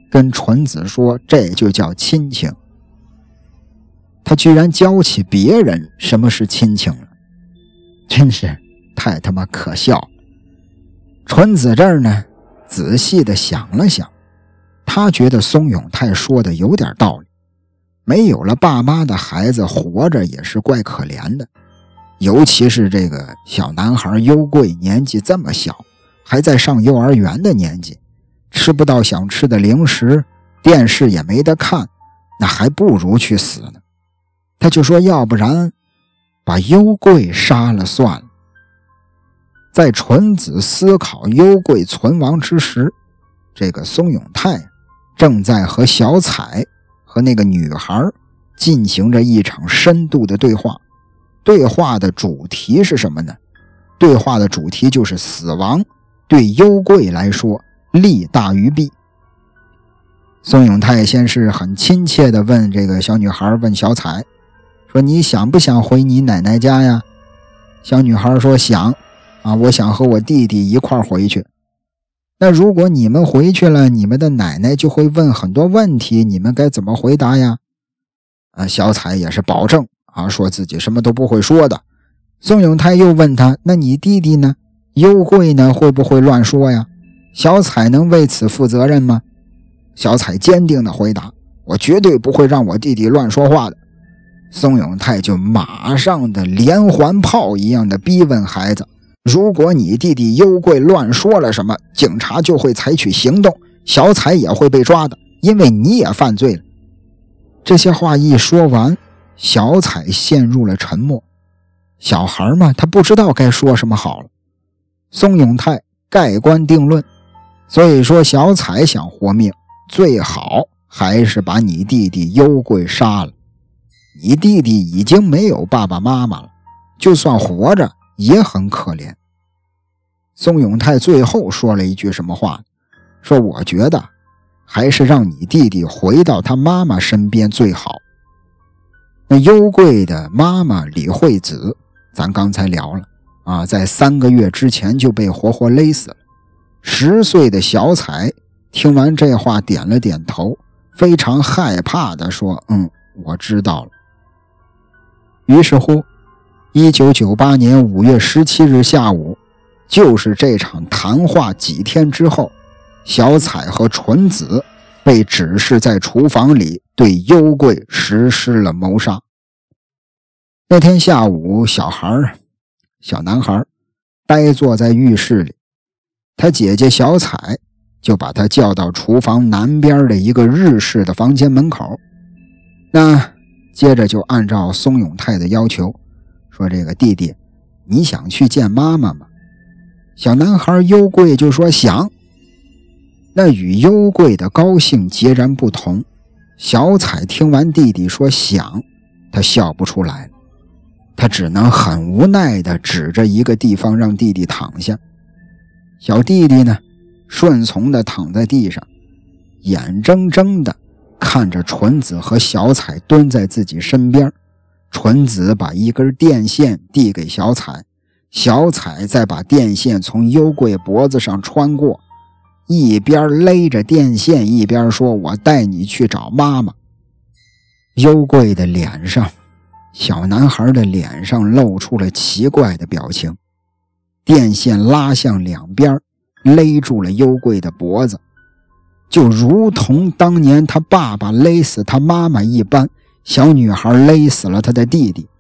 跟纯子说这就叫亲情。他居然教起别人什么是亲情了，真是太他妈可笑。纯子这儿呢，仔细的想了想，他觉得松永泰说的有点道理，没有了爸妈的孩子活着也是怪可怜的，尤其是这个小男孩优贵年纪这么小，还在上幼儿园的年纪，吃不到想吃的零食，电视也没得看，那还不如去死呢。他就说要不然把优贵杀了算了。在纯子思考优贵存亡之时，这个松永泰正在和小彩和那个女孩进行着一场深度的对话。对话的主题是什么呢？对话的主题就是死亡对优贵来说利大于弊。松永泰先是很亲切地问这个小女孩，问小彩说你想不想回你奶奶家呀？小女孩说想啊，我想和我弟弟一块回去。那如果你们回去了，你们的奶奶就会问很多问题，你们该怎么回答呀？啊，小彩也是保证啊，说自己什么都不会说的。松永泰又问他，那你弟弟呢？优贵呢？会不会乱说呀？小彩能为此负责任吗？小彩坚定地回答，我绝对不会让我弟弟乱说话的。松永泰就马上的连环炮一样的逼问孩子，如果你弟弟优贵乱说了什么，警察就会采取行动，小彩也会被抓的，因为你也犯罪了。这些话一说完，小彩陷入了沉默。小孩嘛，他不知道该说什么好了。松永泰盖棺定论，所以说小彩想活命，最好还是把你弟弟优贵杀了。你弟弟已经没有爸爸妈妈了，就算活着也很可怜。松永泰最后说了一句什么话？说我觉得还是让你弟弟回到他妈妈身边最好。那优贵的妈妈李惠子咱刚才聊了啊，在三个月之前就被活活勒死了。十岁的小彩听完这话点了点头，非常害怕地说，嗯，我知道了。于是乎一九九八年五月十七日下午，就是这场谈话几天之后，小彩和纯子被指示在厨房里对优贵实施了谋杀。那天下午，小孩小男孩呆坐在浴室里，他姐姐小彩就把他叫到厨房南边的一个日式的房间门口。那接着就按照松永泰的要求说，这个弟弟你想去见妈妈吗？小男孩优贵就说想。那与优贵的高兴截然不同，小彩听完弟弟说想，他笑不出来，他只能很无奈地指着一个地方让弟弟躺下。小弟弟呢，顺从地躺在地上，眼睁睁地看着纯子和小彩蹲在自己身边。纯子把一根电线递给小彩，小彩再把电线从优贵脖子上穿过，一边勒着电线一边说，我带你去找妈妈。优贵的脸上，小男孩的脸上露出了奇怪的表情，电线拉向两边，勒住了优贵的脖子，就如同当年他爸爸勒死他妈妈一般，小女孩勒死了他的弟弟。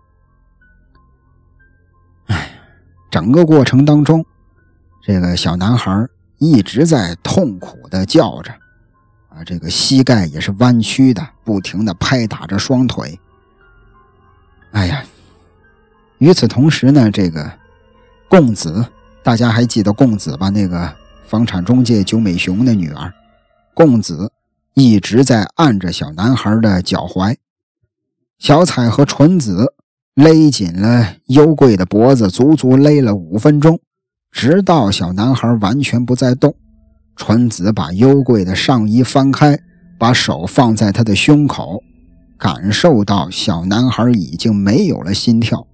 哎，整个过程当中，这个小男孩一直在痛苦地叫着啊，这个膝盖也是弯曲的，不停地拍打着双腿。哎呀，与此同时呢，这个贡子，大家还记得贡子吧？那个房产中介九美雄的女儿，贡子一直在按着小男孩的脚踝。小彩和纯子勒紧了优贵的脖子，足足勒了五分钟，直到小男孩完全不再动。纯子把优贵的上衣翻开，把手放在他的胸口，感受到小男孩已经没有了心跳。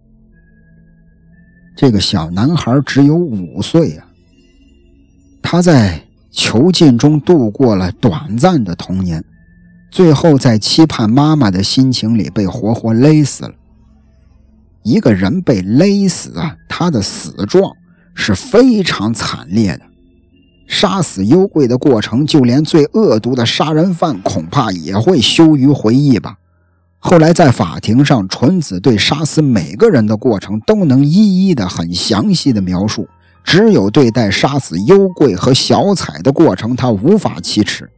这个小男孩只有五岁啊，他在囚禁中度过了短暂的童年，最后在期盼妈妈的心情里被活活勒死了。一个人被勒死啊，他的死状是非常惨烈的。杀死幽贵的过程，就连最恶毒的杀人犯恐怕也会羞于回忆吧。后来在法庭上，纯子对杀死每个人的过程都能一一的很详细的描述，只有对待杀死幽贵和小彩的过程，他无法启齿。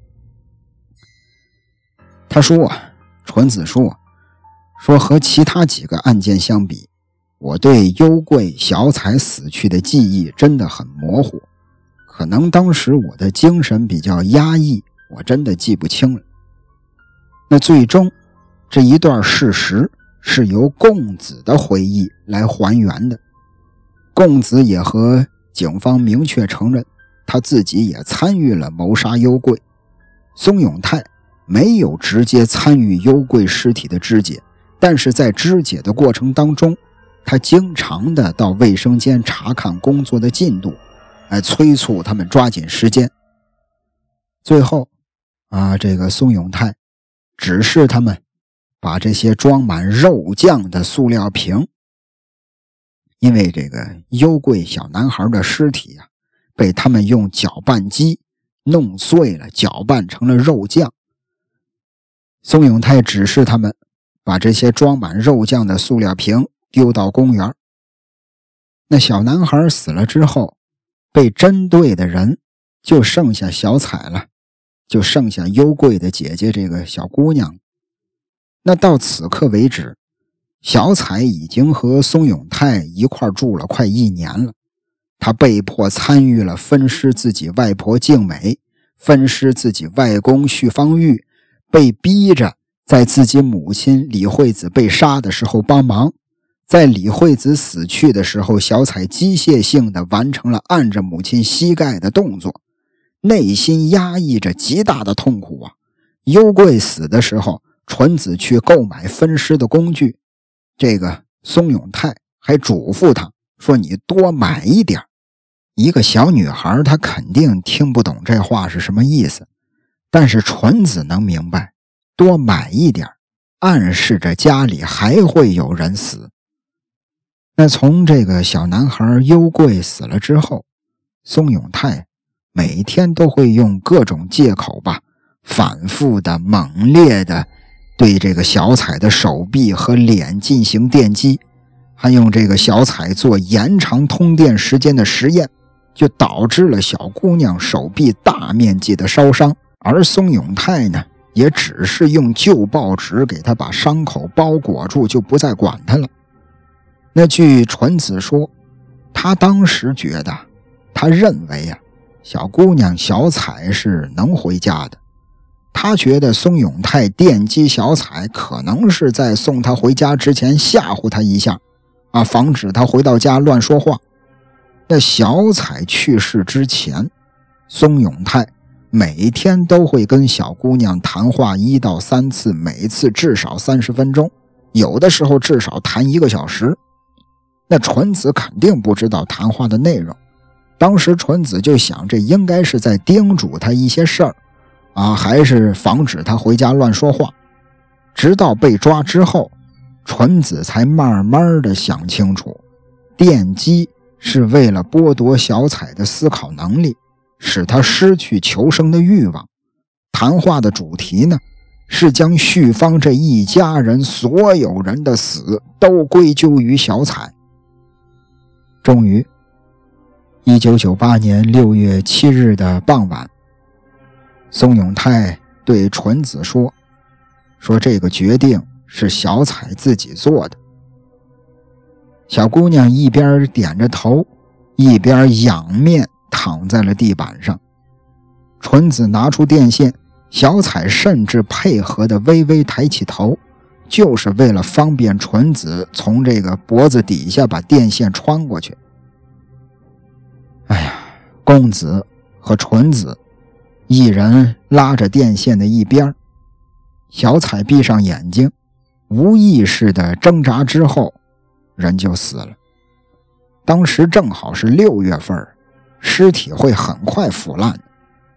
他说啊，纯子说说和其他几个案件相比，我对幽贵、小彩死去的记忆真的很模糊，可能当时我的精神比较压抑，我真的记不清了。那最终这一段事实是由贡子的回忆来还原的。贡子也和警方明确承认，他自己也参与了谋杀幽贵。松永泰没有直接参与幽贵尸体的肢解，但是在肢解的过程当中，他经常的到卫生间查看工作的进度，来催促他们抓紧时间。最后啊，这个松永泰指示他们把这些装满肉酱的塑料瓶，因为这个幽贵小男孩的尸体啊，被他们用搅拌机弄碎了，搅拌成了肉酱。松永泰指示他们把这些装满肉酱的塑料瓶丢到公园。那小男孩死了之后，被针对的人就剩下小彩了，就剩下幽贵的姐姐这个小姑娘。那到此刻为止，小彩已经和松永泰一块住了快一年了。她被迫参与了分尸自己外婆静美，分尸自己外公旭方玉，被逼着在自己母亲李惠子被杀的时候帮忙。在李惠子死去的时候，小彩机械性地完成了按着母亲膝盖的动作，内心压抑着极大的痛苦啊。幽贵死的时候，纯子去购买分尸的工具，这个松永泰还嘱咐他说，你多买一点。一个小女孩她肯定听不懂这话是什么意思，但是纯子能明白，多买一点暗示着家里还会有人死。那从这个小男孩幽贵死了之后，松永泰每天都会用各种借口吧，反复的猛烈的对这个小彩的手臂和脸进行电击，还用这个小彩做延长通电时间的实验，就导致了小姑娘手臂大面积的烧伤。而松永泰呢，也只是用旧报纸给她把伤口包裹住，就不再管她了。那据纯子说，她当时觉得，她认为啊，小姑娘小彩是能回家的。她觉得松永泰电击小彩可能是在送她回家之前吓唬她一下啊，防止她回到家乱说话。那小彩去世之前，松永泰每天都会跟小姑娘谈话一到三次，每次至少三十分钟，有的时候至少谈一个小时。那纯子肯定不知道谈话的内容，当时纯子就想，这应该是在叮嘱他一些事儿啊，还是防止他回家乱说话。直到被抓之后，纯子才慢慢的想清楚，电击是为了剥夺小彩的思考能力，使他失去求生的欲望。谈话的主题呢，是将旭方这一家人所有人的死都归咎于小彩。终于一九九八年六月七日的傍晚，松永泰对纯子说说这个决定是小彩自己做的。小姑娘一边点着头，一边仰面躺在了地板上。纯子拿出电线，小彩甚至配合的微微抬起头，就是为了方便纯子从这个脖子底下把电线穿过去。哎呀，公子和纯子一人拉着电线的一边，小彩闭上眼睛，无意识的挣扎之后，人就死了。当时正好是六月份，尸体会很快腐烂，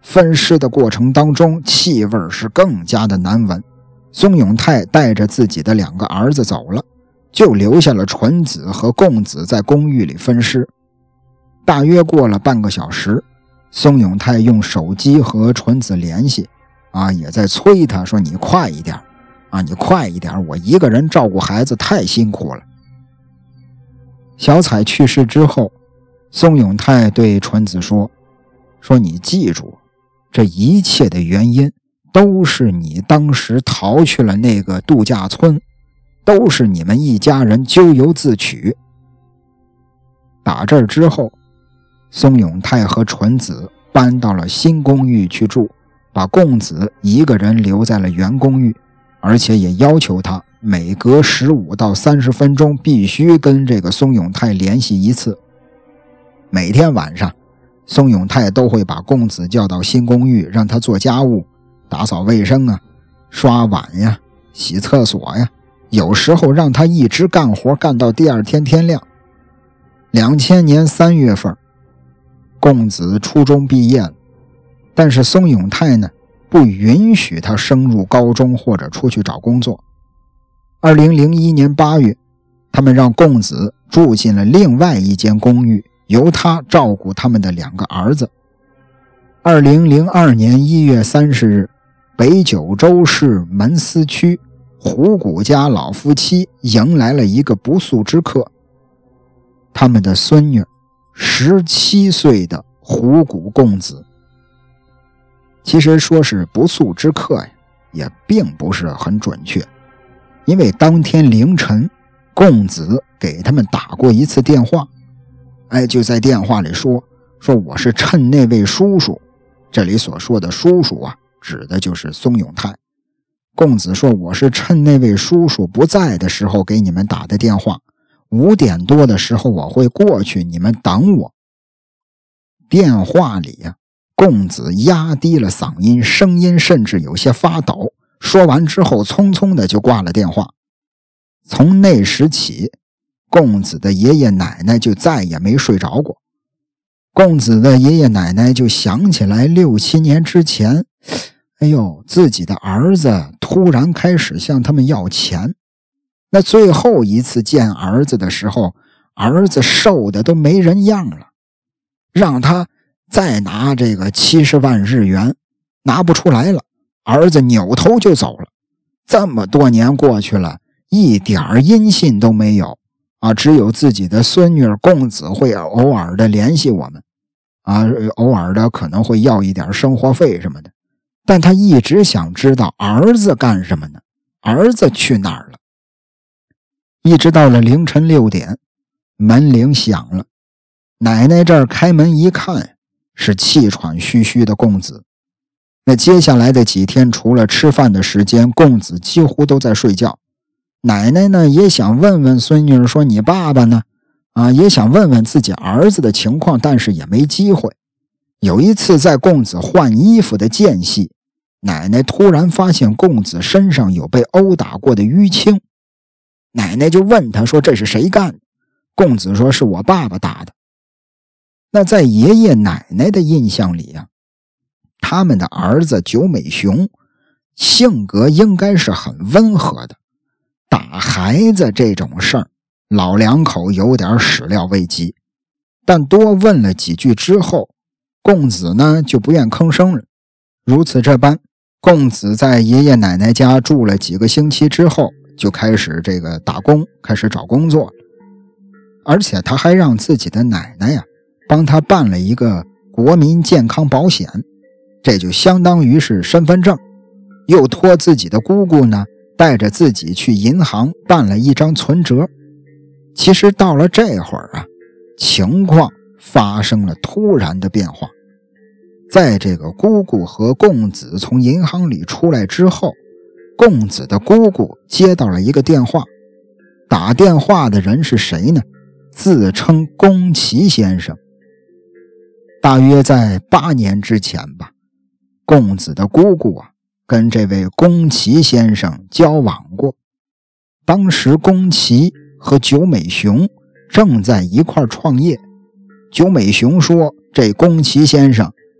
分尸的过程当中，气味是更加的难闻。松永泰带着自己的两个儿子走了，就留下了纯子和贡子在公寓里分尸。大约过了半个小时，松永泰用手机和纯子联系，啊，也在催他说：“你快一点啊，你快一点，我一个人照顾孩子太辛苦了。”小彩去世之后，松永泰对纯子说：“说你记住，这一切的原因都是你当时逃去了那个度假村，都是你们一家人咎由自取。”打这儿之后，松永泰和纯子搬到了新公寓去住，把贡子一个人留在了原公寓，而且也要求他每隔十五到三十分钟必须跟这个松永泰联系一次。每天晚上，松永泰都会把贡子叫到新公寓，让他做家务，打扫卫生啊，刷碗呀，洗厕所呀，有时候让他一直干活干到第二天天亮。两千年三月份，贡子初中毕业了，但是松永泰呢，不允许他升入高中或者出去找工作。二零零一年八月，他们让贡子住进了另外一间公寓，由他照顾他们的两个儿子。二零零二年一月三十日，北九州市门司区虎谷家老夫妻迎来了一个不速之客，他们的孙女十七岁的虎谷贡子。其实说是不速之客呀，也并不是很准确，因为当天凌晨，贡子给他们打过一次电话，哎，就在电话里说说我是趁那位叔叔，这里所说的叔叔啊，指的就是松永泰。贡子说我是趁那位叔叔不在的时候给你们打的电话，五点多的时候我会过去，你们等我。电话里呀、啊，贡子压低了嗓音，声音甚至有些发抖，说完之后匆匆的就挂了电话。从那时起，贡子的爷爷奶奶就再也没睡着过。贡子的爷爷奶奶就想起来六七年之前，哎呦，自己的儿子突然开始向他们要钱。那最后一次见儿子的时候，儿子瘦的都没人样了，让他再拿这个七十万日元，拿不出来了，儿子扭头就走了。这么多年过去了，一点音信都没有啊！只有自己的孙女贡子会偶尔的联系我们啊，偶尔的可能会要一点生活费什么的，但他一直想知道儿子干什么呢？儿子去哪儿了？一直到了凌晨六点，门铃响了，奶奶这儿开门一看，是气喘吁吁的贡子。那接下来的几天，除了吃饭的时间，贡子几乎都在睡觉。奶奶呢也想问问孙女说你爸爸呢？啊，也想问问自己儿子的情况，但是也没机会。有一次在贡子换衣服的间隙，奶奶突然发现贡子身上有被殴打过的淤青。奶奶就问他说这是谁干的？贡子说是我爸爸打的。那在爷爷奶奶的印象里啊，他们的儿子久美雄性格应该是很温和的，打孩子这种事儿，老两口有点始料未及。但多问了几句之后，贡子呢就不愿吭声了。如此这般，贡子在爷爷奶奶家住了几个星期之后，就开始这个打工，开始找工作。而且他还让自己的奶奶呀帮他办了一个国民健康保险，这就相当于是身份证。又托自己的姑姑呢带着自己去银行办了一张存折。其实到了这会儿啊，情况发生了突然的变化。在这个姑姑和贡子从银行里出来之后，贡子的姑姑接到了一个电话。打电话的人是谁呢？自称宫崎先生。大约在八年之前吧，贡子的姑姑啊跟这位宫崎先生交往过。当时宫崎和久美雄正在一块创业。久美雄说这宫崎先生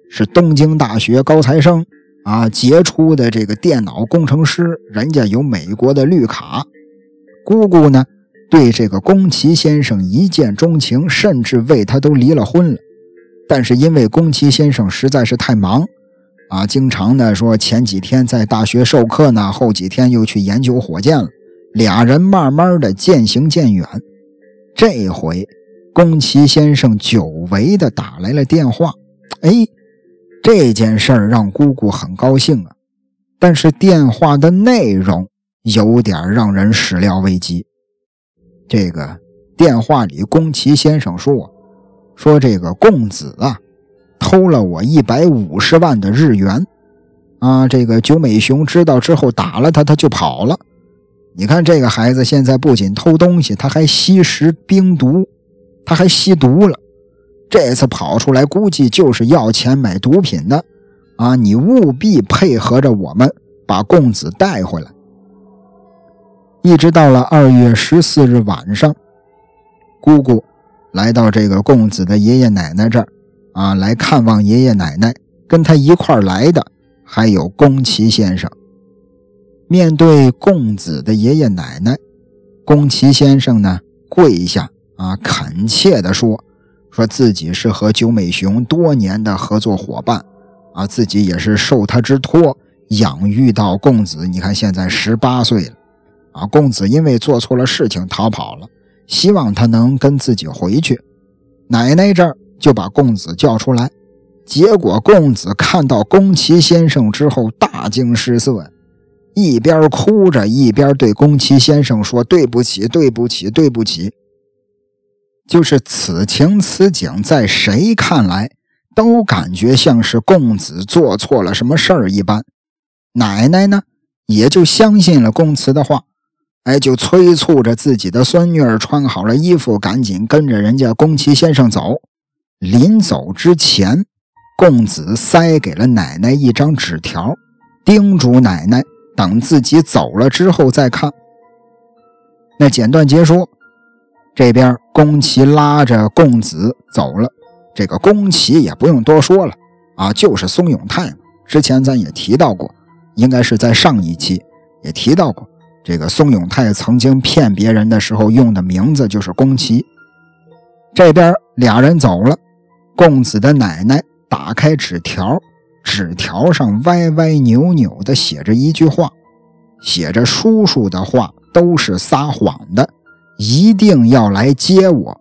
是东京大学高材生啊，杰出的这个电脑工程师，人家有美国的绿卡。姑姑呢，对这个宫崎先生一见钟情，甚至为他都离了婚了。但是因为宫崎先生实在是太忙啊，经常呢说前几天在大学授课呢，后几天又去研究火箭了，俩人慢慢的渐行渐远。这回宫崎先生久违的打来了电话，哎，这件事儿让姑姑很高兴啊，但是电话的内容有点让人始料未及。这个电话里宫崎先生说说这个公子啊偷了我一百五十万的日元啊，这个九美雄知道之后打了他，他就跑了。你看这个孩子现在不仅偷东西，他还吸食冰毒，他还吸毒了。这次跑出来估计就是要钱买毒品的啊！你务必配合着我们把公子带回来。一直到了二月十四日晚上，姑姑来到这个公子的爷爷奶奶这儿啊，来看望爷爷奶奶，跟他一块儿来的还有宫崎先生。面对公子的爷爷奶奶，宫崎先生呢跪下啊，恳切地说说自己是和九美雄多年的合作伙伴啊，自己也是受他之托养育到公子，你看现在十八岁了啊，公子因为做错了事情逃跑了，希望他能跟自己回去。奶奶这儿就把公子叫出来，结果公子看到宫崎先生之后大惊失色，一边哭着一边对宫崎先生说对不起对不起对不起。就是此情此景，在谁看来都感觉像是公子做错了什么事儿一般。奶奶呢也就相信了公子的话，哎，就催促着自己的孙女儿穿好了衣服，赶紧跟着人家宫崎先生走。临走之前，公子塞给了奶奶一张纸条，叮嘱奶奶等自己走了之后再看。那简短结束，这边宫崎拉着公子走了。这个宫崎也不用多说了啊，就是松永泰嘛，之前咱也提到过，应该是在上一期也提到过，这个松永泰曾经骗别人的时候用的名字就是宫崎。这边俩人走了，公子的奶奶打开纸条，纸条上歪歪扭扭的写着一句话，写着叔叔的话都是撒谎的，一定要来接我。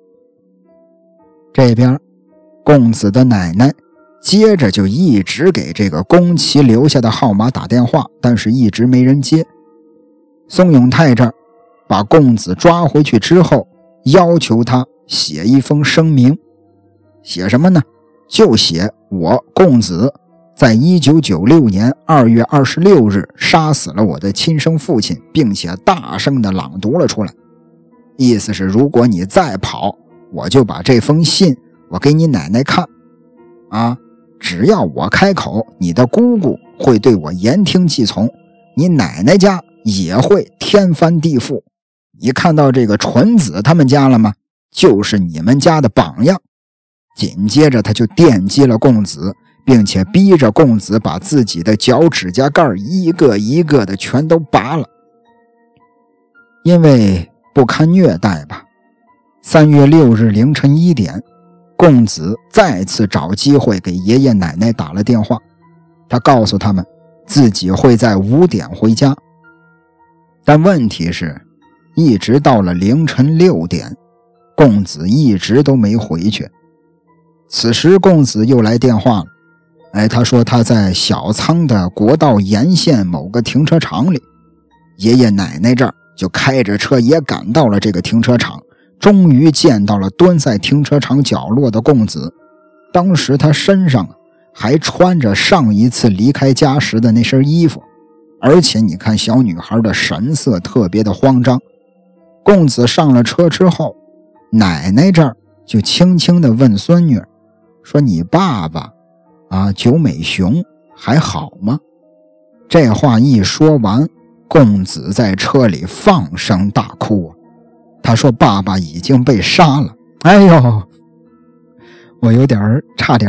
这边公子的奶奶接着就一直给这个宫崎留下的号码打电话，但是一直没人接。松永泰这儿把公子抓回去之后，要求他写一封声明。写什么呢？就写我公子在一九九六年二月二十六日杀死了我的亲生父亲，并且大声地朗读了出来。意思是如果你再跑，我就把这封信我给你奶奶看啊，只要我开口，你的姑姑会对我言听计从，你奶奶家也会天翻地覆。你看到这个纯子他们家了吗？就是你们家的榜样。紧接着他就电击了公子，并且逼着公子把自己的脚指甲盖一个一个的全都拔了。因为不堪虐待吧，三月六日凌晨一点，公子再次找机会给爷爷奶奶打了电话，他告诉他们自己会在五点回家。但问题是一直到了凌晨六点，公子一直都没回去。此时公子又来电话了，哎，他说他在小仓的国道沿线某个停车场里，爷爷奶奶这儿就开着车也赶到了这个停车场，终于见到了蹲在停车场角落的公子。当时他身上还穿着上一次离开家时的那身衣服，而且你看小女孩的神色特别的慌张。公子上了车之后，奶奶这儿就轻轻地问孙女说，你爸爸啊九美雄还好吗？这话一说完，公子在车里放声大哭，他说爸爸已经被杀了。哎呦，我有点差点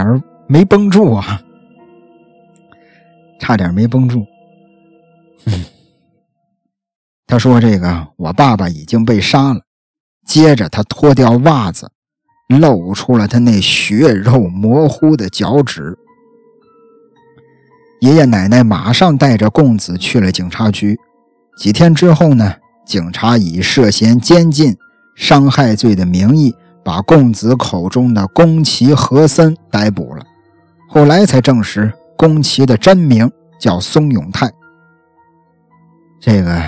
没绷住啊，差点没绷住。嗯，他说这个我爸爸已经被杀了，接着他脱掉袜子，露出了他那血肉模糊的脚趾。爷爷奶奶马上带着贡子去了警察局。几天之后呢，警察以涉嫌监禁、伤害罪的名义把贡子口中的宫崎和森逮捕了。后来才证实宫崎的真名叫松永泰。这个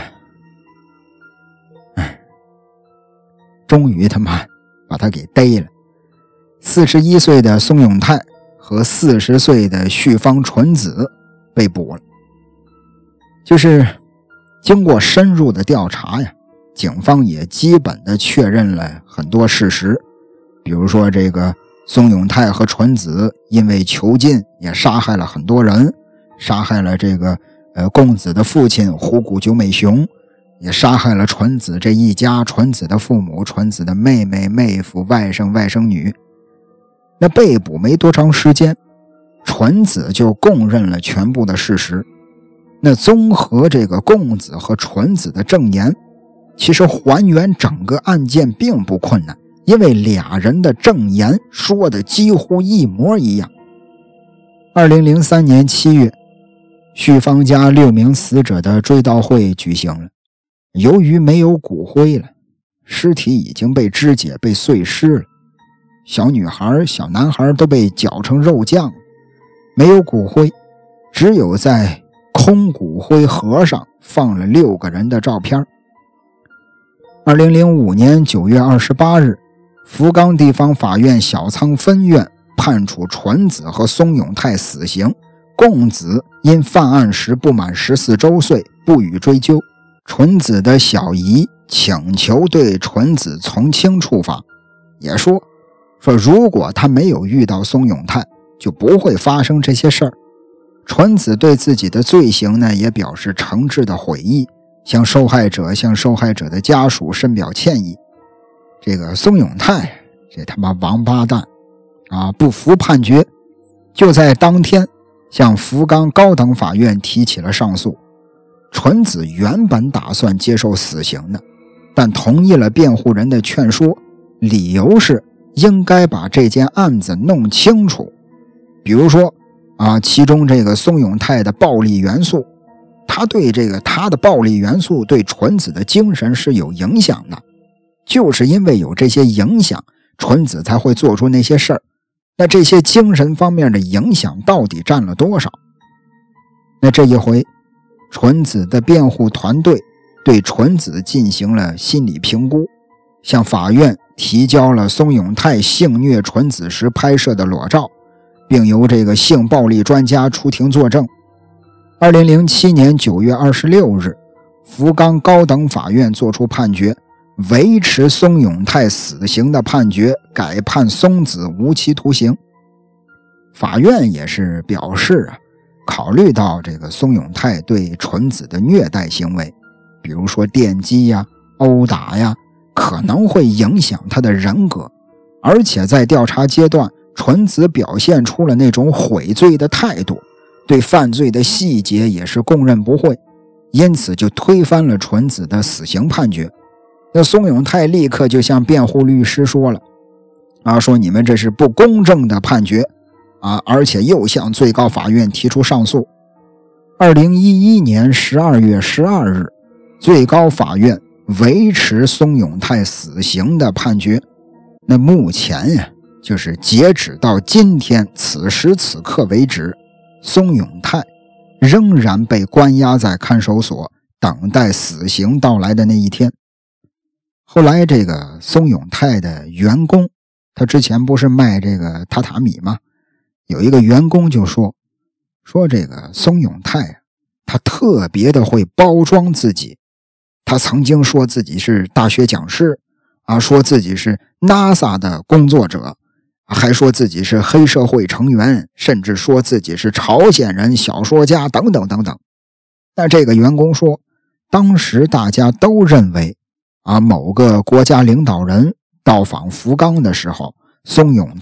唉，终于他妈把他给逮了。四十一岁的松永泰和四十岁的绪方纯子被捕了。就是经过深入的调查呀，警方也基本的确认了很多事实，比如说这个松永泰和纯子因为囚禁也杀害了很多人，杀害了这个呃贡子的父亲虎谷久美雄，也杀害了纯子这一家，纯子的父母、纯子的妹妹、妹夫、外甥、外甥女。那被捕没多长时间，纯子就供认了全部的事实。那综合这个贡子和纯子的证言，其实还原整个案件并不困难，因为俩人的证言说的几乎一模一样。二零零三年七月，绪方家六名死者的追悼会举行了。由于没有骨灰了，尸体已经被肢解、被碎尸了，小女孩、小男孩都被绞成肉酱了，没有骨灰，只有在空骨灰盒上放了六个人的照片。二零零五年九月二十八日，福冈地方法院小仓分院判处纯子和松永泰死刑，贡子因犯案时不满十四周岁，不予追究。纯子的小姨请求对纯子从轻处罚，也说说如果他没有遇到松永泰，就不会发生这些事儿。纯子对自己的罪行呢，也表示诚挚的悔意，向受害者、向受害者的家属深表歉意。这个松永泰，这他妈王八蛋啊，不服判决，就在当天向福冈高等法院提起了上诉。纯子原本打算接受死刑的，但同意了辩护人的劝说，理由是应该把这件案子弄清楚。比如说啊，其中这个松永泰的暴力元素，他对这个他的暴力元素对纯子的精神是有影响的，就是因为有这些影响，纯子才会做出那些事儿。那这些精神方面的影响到底占了多少？那这一回纯子的辩护团队对纯子进行了心理评估，向法院提交了松永泰性虐纯子时拍摄的裸照，并由这个性暴力专家出庭作证。二零零七年九月二十六日，福冈高等法院作出判决，维持松永泰死刑的判决，改判松子无期徒刑。法院也是表示啊，考虑到这个松永泰对纯子的虐待行为，比如说电击呀、殴打呀，可能会影响他的人格，而且在调查阶段，纯子表现出了那种悔罪的态度，对犯罪的细节也是供认不讳，因此就推翻了纯子的死刑判决。那松永泰立刻就向辩护律师说了啊，说你们这是不公正的判决啊，而且又向最高法院提出上诉。二零一一年十二月十二日，最高法院维持松永泰死刑的判决。那目前呀，就是截止到今天此时此刻为止，松永泰仍然被关押在看守所，等待死刑到来的那一天。后来这个松永泰的员工，他之前不是卖这个榻榻米吗？有一个员工就说说这个松永泰他特别的会包装自己，他曾经说自己是大学讲师啊，说自己是 NASA 的工作者，还说自己是黑社会成员，甚至说自己是朝鲜人、小说家等等等等。但这个员工说，当时大家都认为啊，某个国家领导人到访福冈的时候，松永泰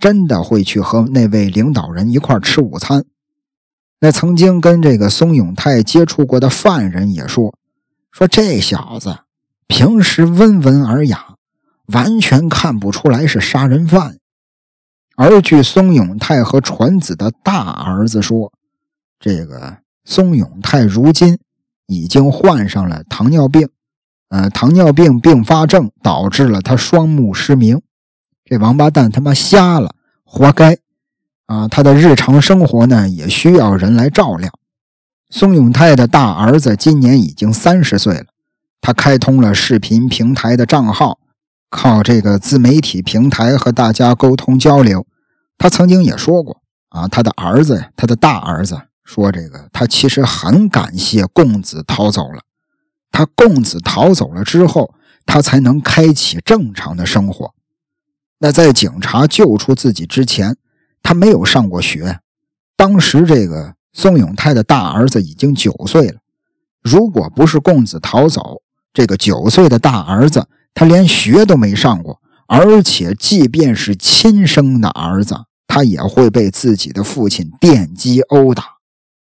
真的会去和那位领导人一块吃午餐。那曾经跟这个松永泰接触过的犯人也说，说这小子平时温文尔雅，完全看不出来是杀人犯。而据松永泰和纯子的大儿子说，这个松永泰如今已经患上了糖尿病，呃，糖尿病并发症导致了他双目失明。这王八蛋他妈瞎了，活该啊！他的日常生活呢也需要人来照料。松永泰的大儿子今年已经三十岁了，他开通了视频平台的账号，靠这个自媒体平台和大家沟通交流。他曾经也说过啊，他的儿子，他的大儿子说，这个他其实很感谢贡子逃走了，他贡子逃走了之后，他才能开启正常的生活。那在警察救出自己之前，他没有上过学，当时这个松永泰的大儿子已经九岁了，如果不是贡子逃走，这个九岁的大儿子他连学都没上过，而且即便是亲生的儿子，他也会被自己的父亲电击殴打。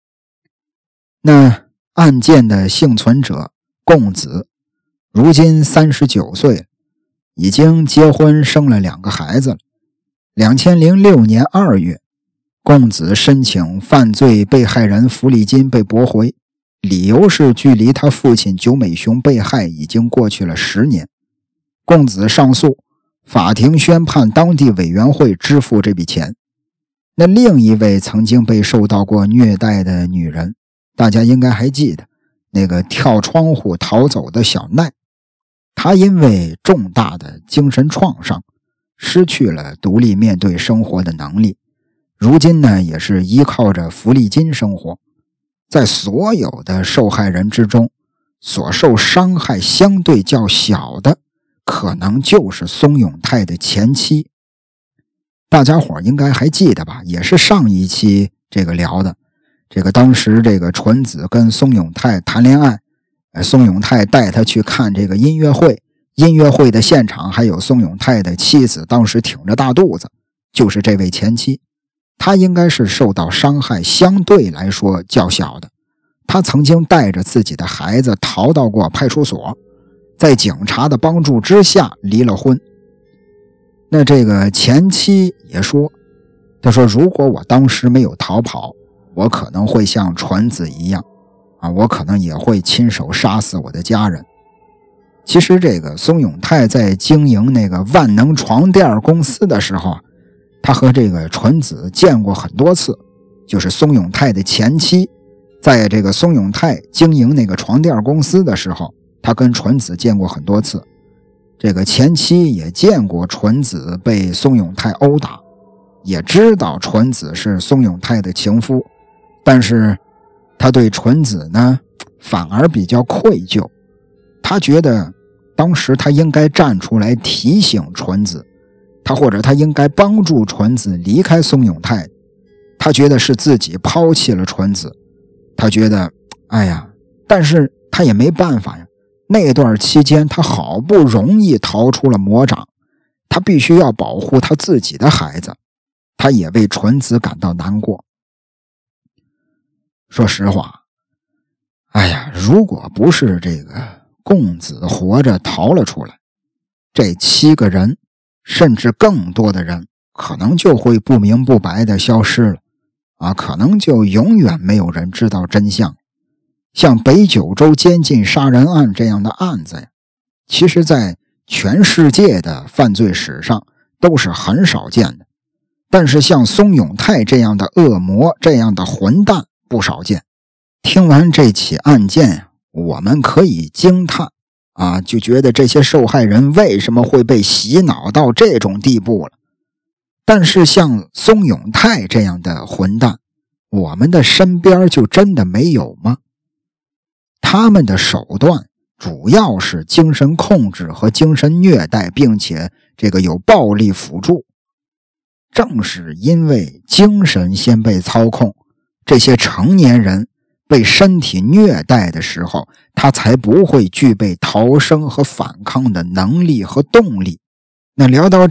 那案件的幸存者贡子如今三十九岁了，已经结婚生了两个孩子了。二零零六年二月，贡子申请犯罪被害人福利金被驳回，理由是距离他父亲久美雄被害已经过去了十年。贡子上诉，法庭宣判当地委员会支付这笔钱。那另一位曾经被受到过虐待的女人，大家应该还记得，那个跳窗户逃走的小奈，她因为重大的精神创伤，失去了独立面对生活的能力，如今呢也是依靠着福利金生活。在所有的受害人之中，所受伤害相对较小的可能就是松永泰的前妻。大家伙应该还记得吧，也是上一期这个聊的，这个当时这个纯子跟松永泰谈恋爱，松永泰带他去看这个音乐会，音乐会的现场还有松永泰的妻子当时挺着大肚子，就是这位前妻。他应该是受到伤害相对来说较小的，他曾经带着自己的孩子逃到过派出所，在警察的帮助之下离了婚。那这个前妻也说，他说如果我当时没有逃跑，我可能会像纯子一样啊，我可能也会亲手杀死我的家人。其实这个松永泰在经营那个万能床垫公司的时候，他和这个纯子见过很多次，就是松永泰的前妻在这个松永泰经营那个床垫公司的时候，他跟纯子见过很多次。这个前妻也见过纯子被松永泰殴打，也知道纯子是松永泰的情夫，但是他对纯子呢反而比较愧疚，他觉得当时他应该站出来提醒纯子，他或者他应该帮助纯子离开松永泰，他觉得是自己抛弃了纯子，他觉得哎呀，但是他也没办法呀，那段期间他好不容易逃出了魔掌，他必须要保护他自己的孩子，他也为纯子感到难过。说实话，哎呀，如果不是这个贡子活着逃了出来，这七个人甚至更多的人可能就会不明不白的消失了啊，可能就永远没有人知道真相。像北九州监禁杀人案这样的案子呀，其实在全世界的犯罪史上都是很少见的，但是像松永泰这样的恶魔，这样的混蛋不少见。听完这起案件，我们可以惊叹啊，就觉得这些受害人为什么会被洗脑到这种地步了。但是像松永泰这样的混蛋，我们的身边就真的没有吗？他们的手段主要是精神控制和精神虐待，并且这个有暴力辅助。正是因为精神先被操控，这些成年人被身体虐待的时候，他才不会具备逃生和反抗的能力和动力。那聊到这儿，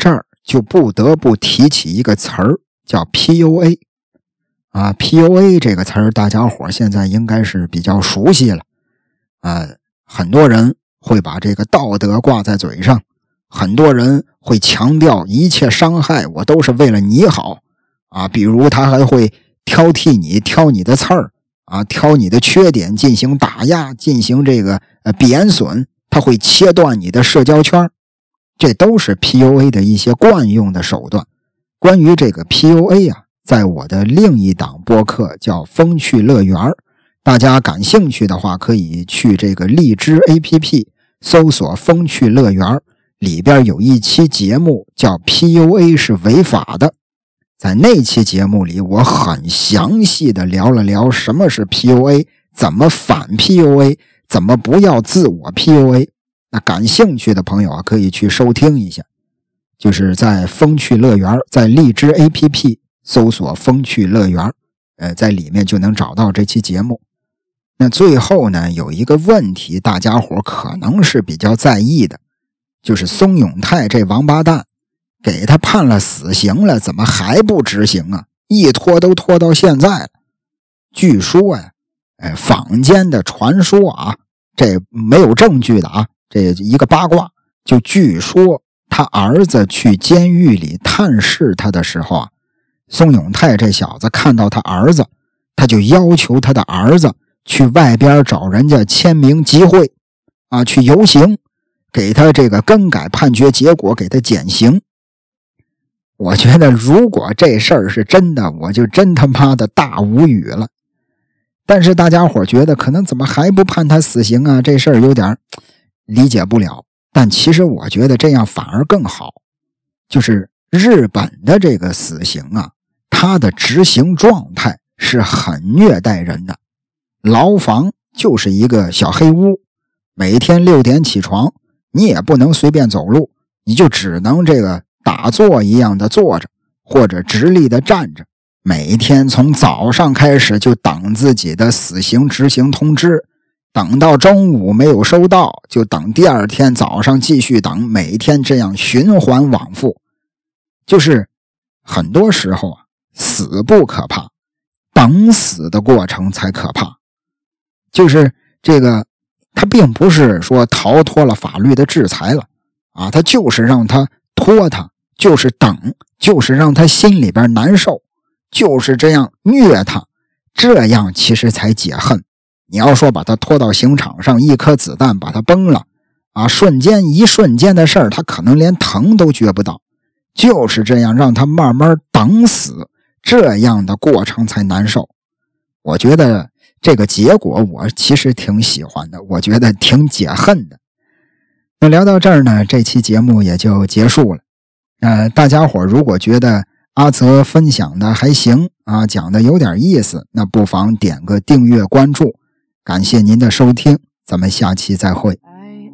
就不得不提起一个词儿，叫 P U A 啊 P U A 这个词儿大家伙现在应该是比较熟悉了啊，很多人会把这个道德挂在嘴上，很多人会强调一切伤害我都是为了你好啊，比如他还会挑剔你，挑你的刺儿啊，挑你的缺点进行打压，进行这个呃贬损，他会切断你的社交圈，这都是 P U A 的一些惯用的手段。关于这个 P U A 啊，在我的另一档播客叫风趣乐园，大家感兴趣的话可以去这个荔枝 A P P 搜索风趣乐园，里边有一期节目叫 P U A 是违法的。在那期节目里，我很详细的聊了聊什么是 P U A， 怎么反 P U A， 怎么不要自我 P U A。那感兴趣的朋友啊，可以去收听一下，就是在风趣乐园，在荔枝 A P P 搜索风趣乐园，呃，在里面就能找到这期节目。那最后呢，有一个问题，大家伙可能是比较在意的，就是松永泰这王八蛋，给他判了死刑了，怎么还不执行啊？一拖都拖到现在了。据说呀、啊，哎，坊间的传说啊，这没有证据的啊，这一个八卦，就据说他儿子去监狱里探视他的时候啊，松永泰这小子看到他儿子，他就要求他的儿子去外边找人家签名集会啊，去游行，给他这个更改判决结果，给他减刑。我觉得如果这事儿是真的，我就真他妈的大无语了。但是大家伙觉得可能怎么还不判他死刑啊？这事儿有点理解不了。但其实我觉得这样反而更好。就是日本的这个死刑啊，它的执行状态是很虐待人的。牢房就是一个小黑屋，每天六点起床，你也不能随便走路，你就只能这个打坐一样的坐着，或者直立的站着，每天从早上开始就等自己的死刑执行通知，等到中午没有收到，就等第二天早上继续等，每天这样循环往复。就是很多时候啊，死不可怕，等死的过程才可怕。就是这个他并不是说逃脱了法律的制裁了啊，他就是让他拖他，就是等，就是让他心里边难受，就是这样虐他，这样其实才解恨。你要说把他拖到刑场上，一颗子弹把他崩了啊，瞬间一瞬间的事儿，他可能连疼都觉不到，就是这样让他慢慢等死，这样的过程才难受。我觉得这个结果我其实挺喜欢的，我觉得挺解恨的。那聊到这儿呢，这期节目也就结束了。呃，大家伙如果觉得阿泽分享的还行啊，讲的有点意思，那不妨点个订阅关注。感谢您的收听，咱们下期再会。 I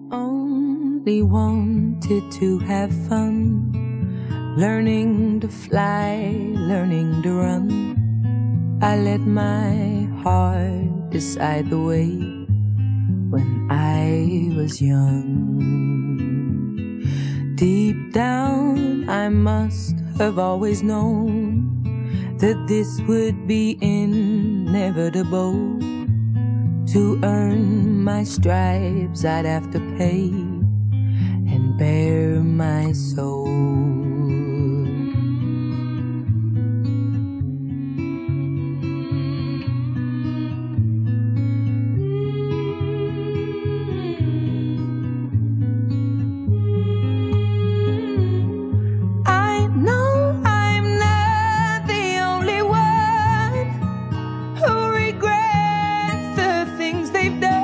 only wanted to have fun, learning to fly, learning to run. I let my heart decide the way when I was young. Deep down I must have always known that this would be inevitable. To earn my stripes I'd have to pay and bare my soul.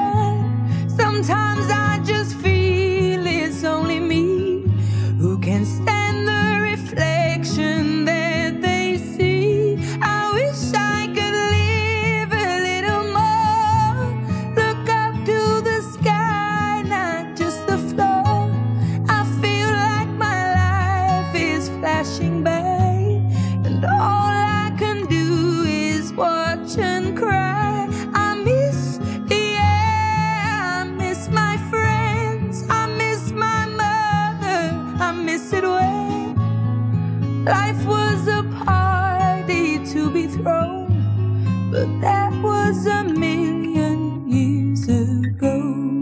Sometimes I just feel it's only me who can Life was a party to be thrown, but that was a million years ago.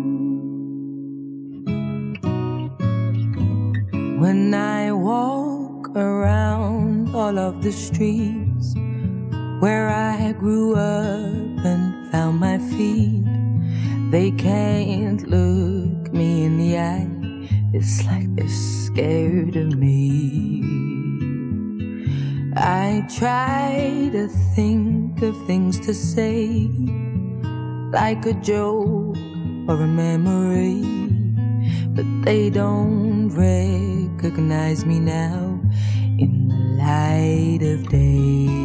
When I walk around all of the streets where I grew up and found my feet, they can't look me in the eye. It's like they're scared of me. I try to think of things to say, like a joke or a memory, but they don't recognize me now in the light of day.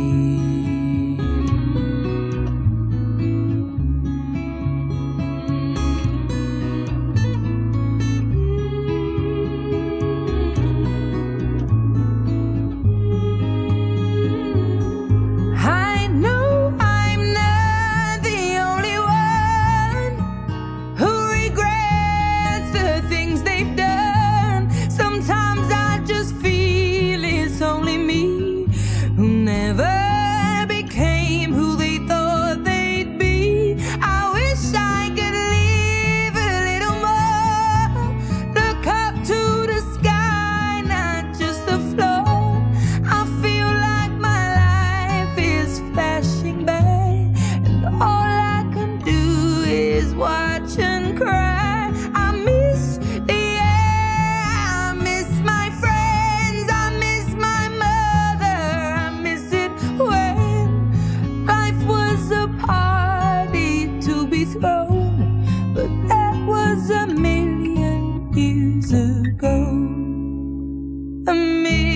A million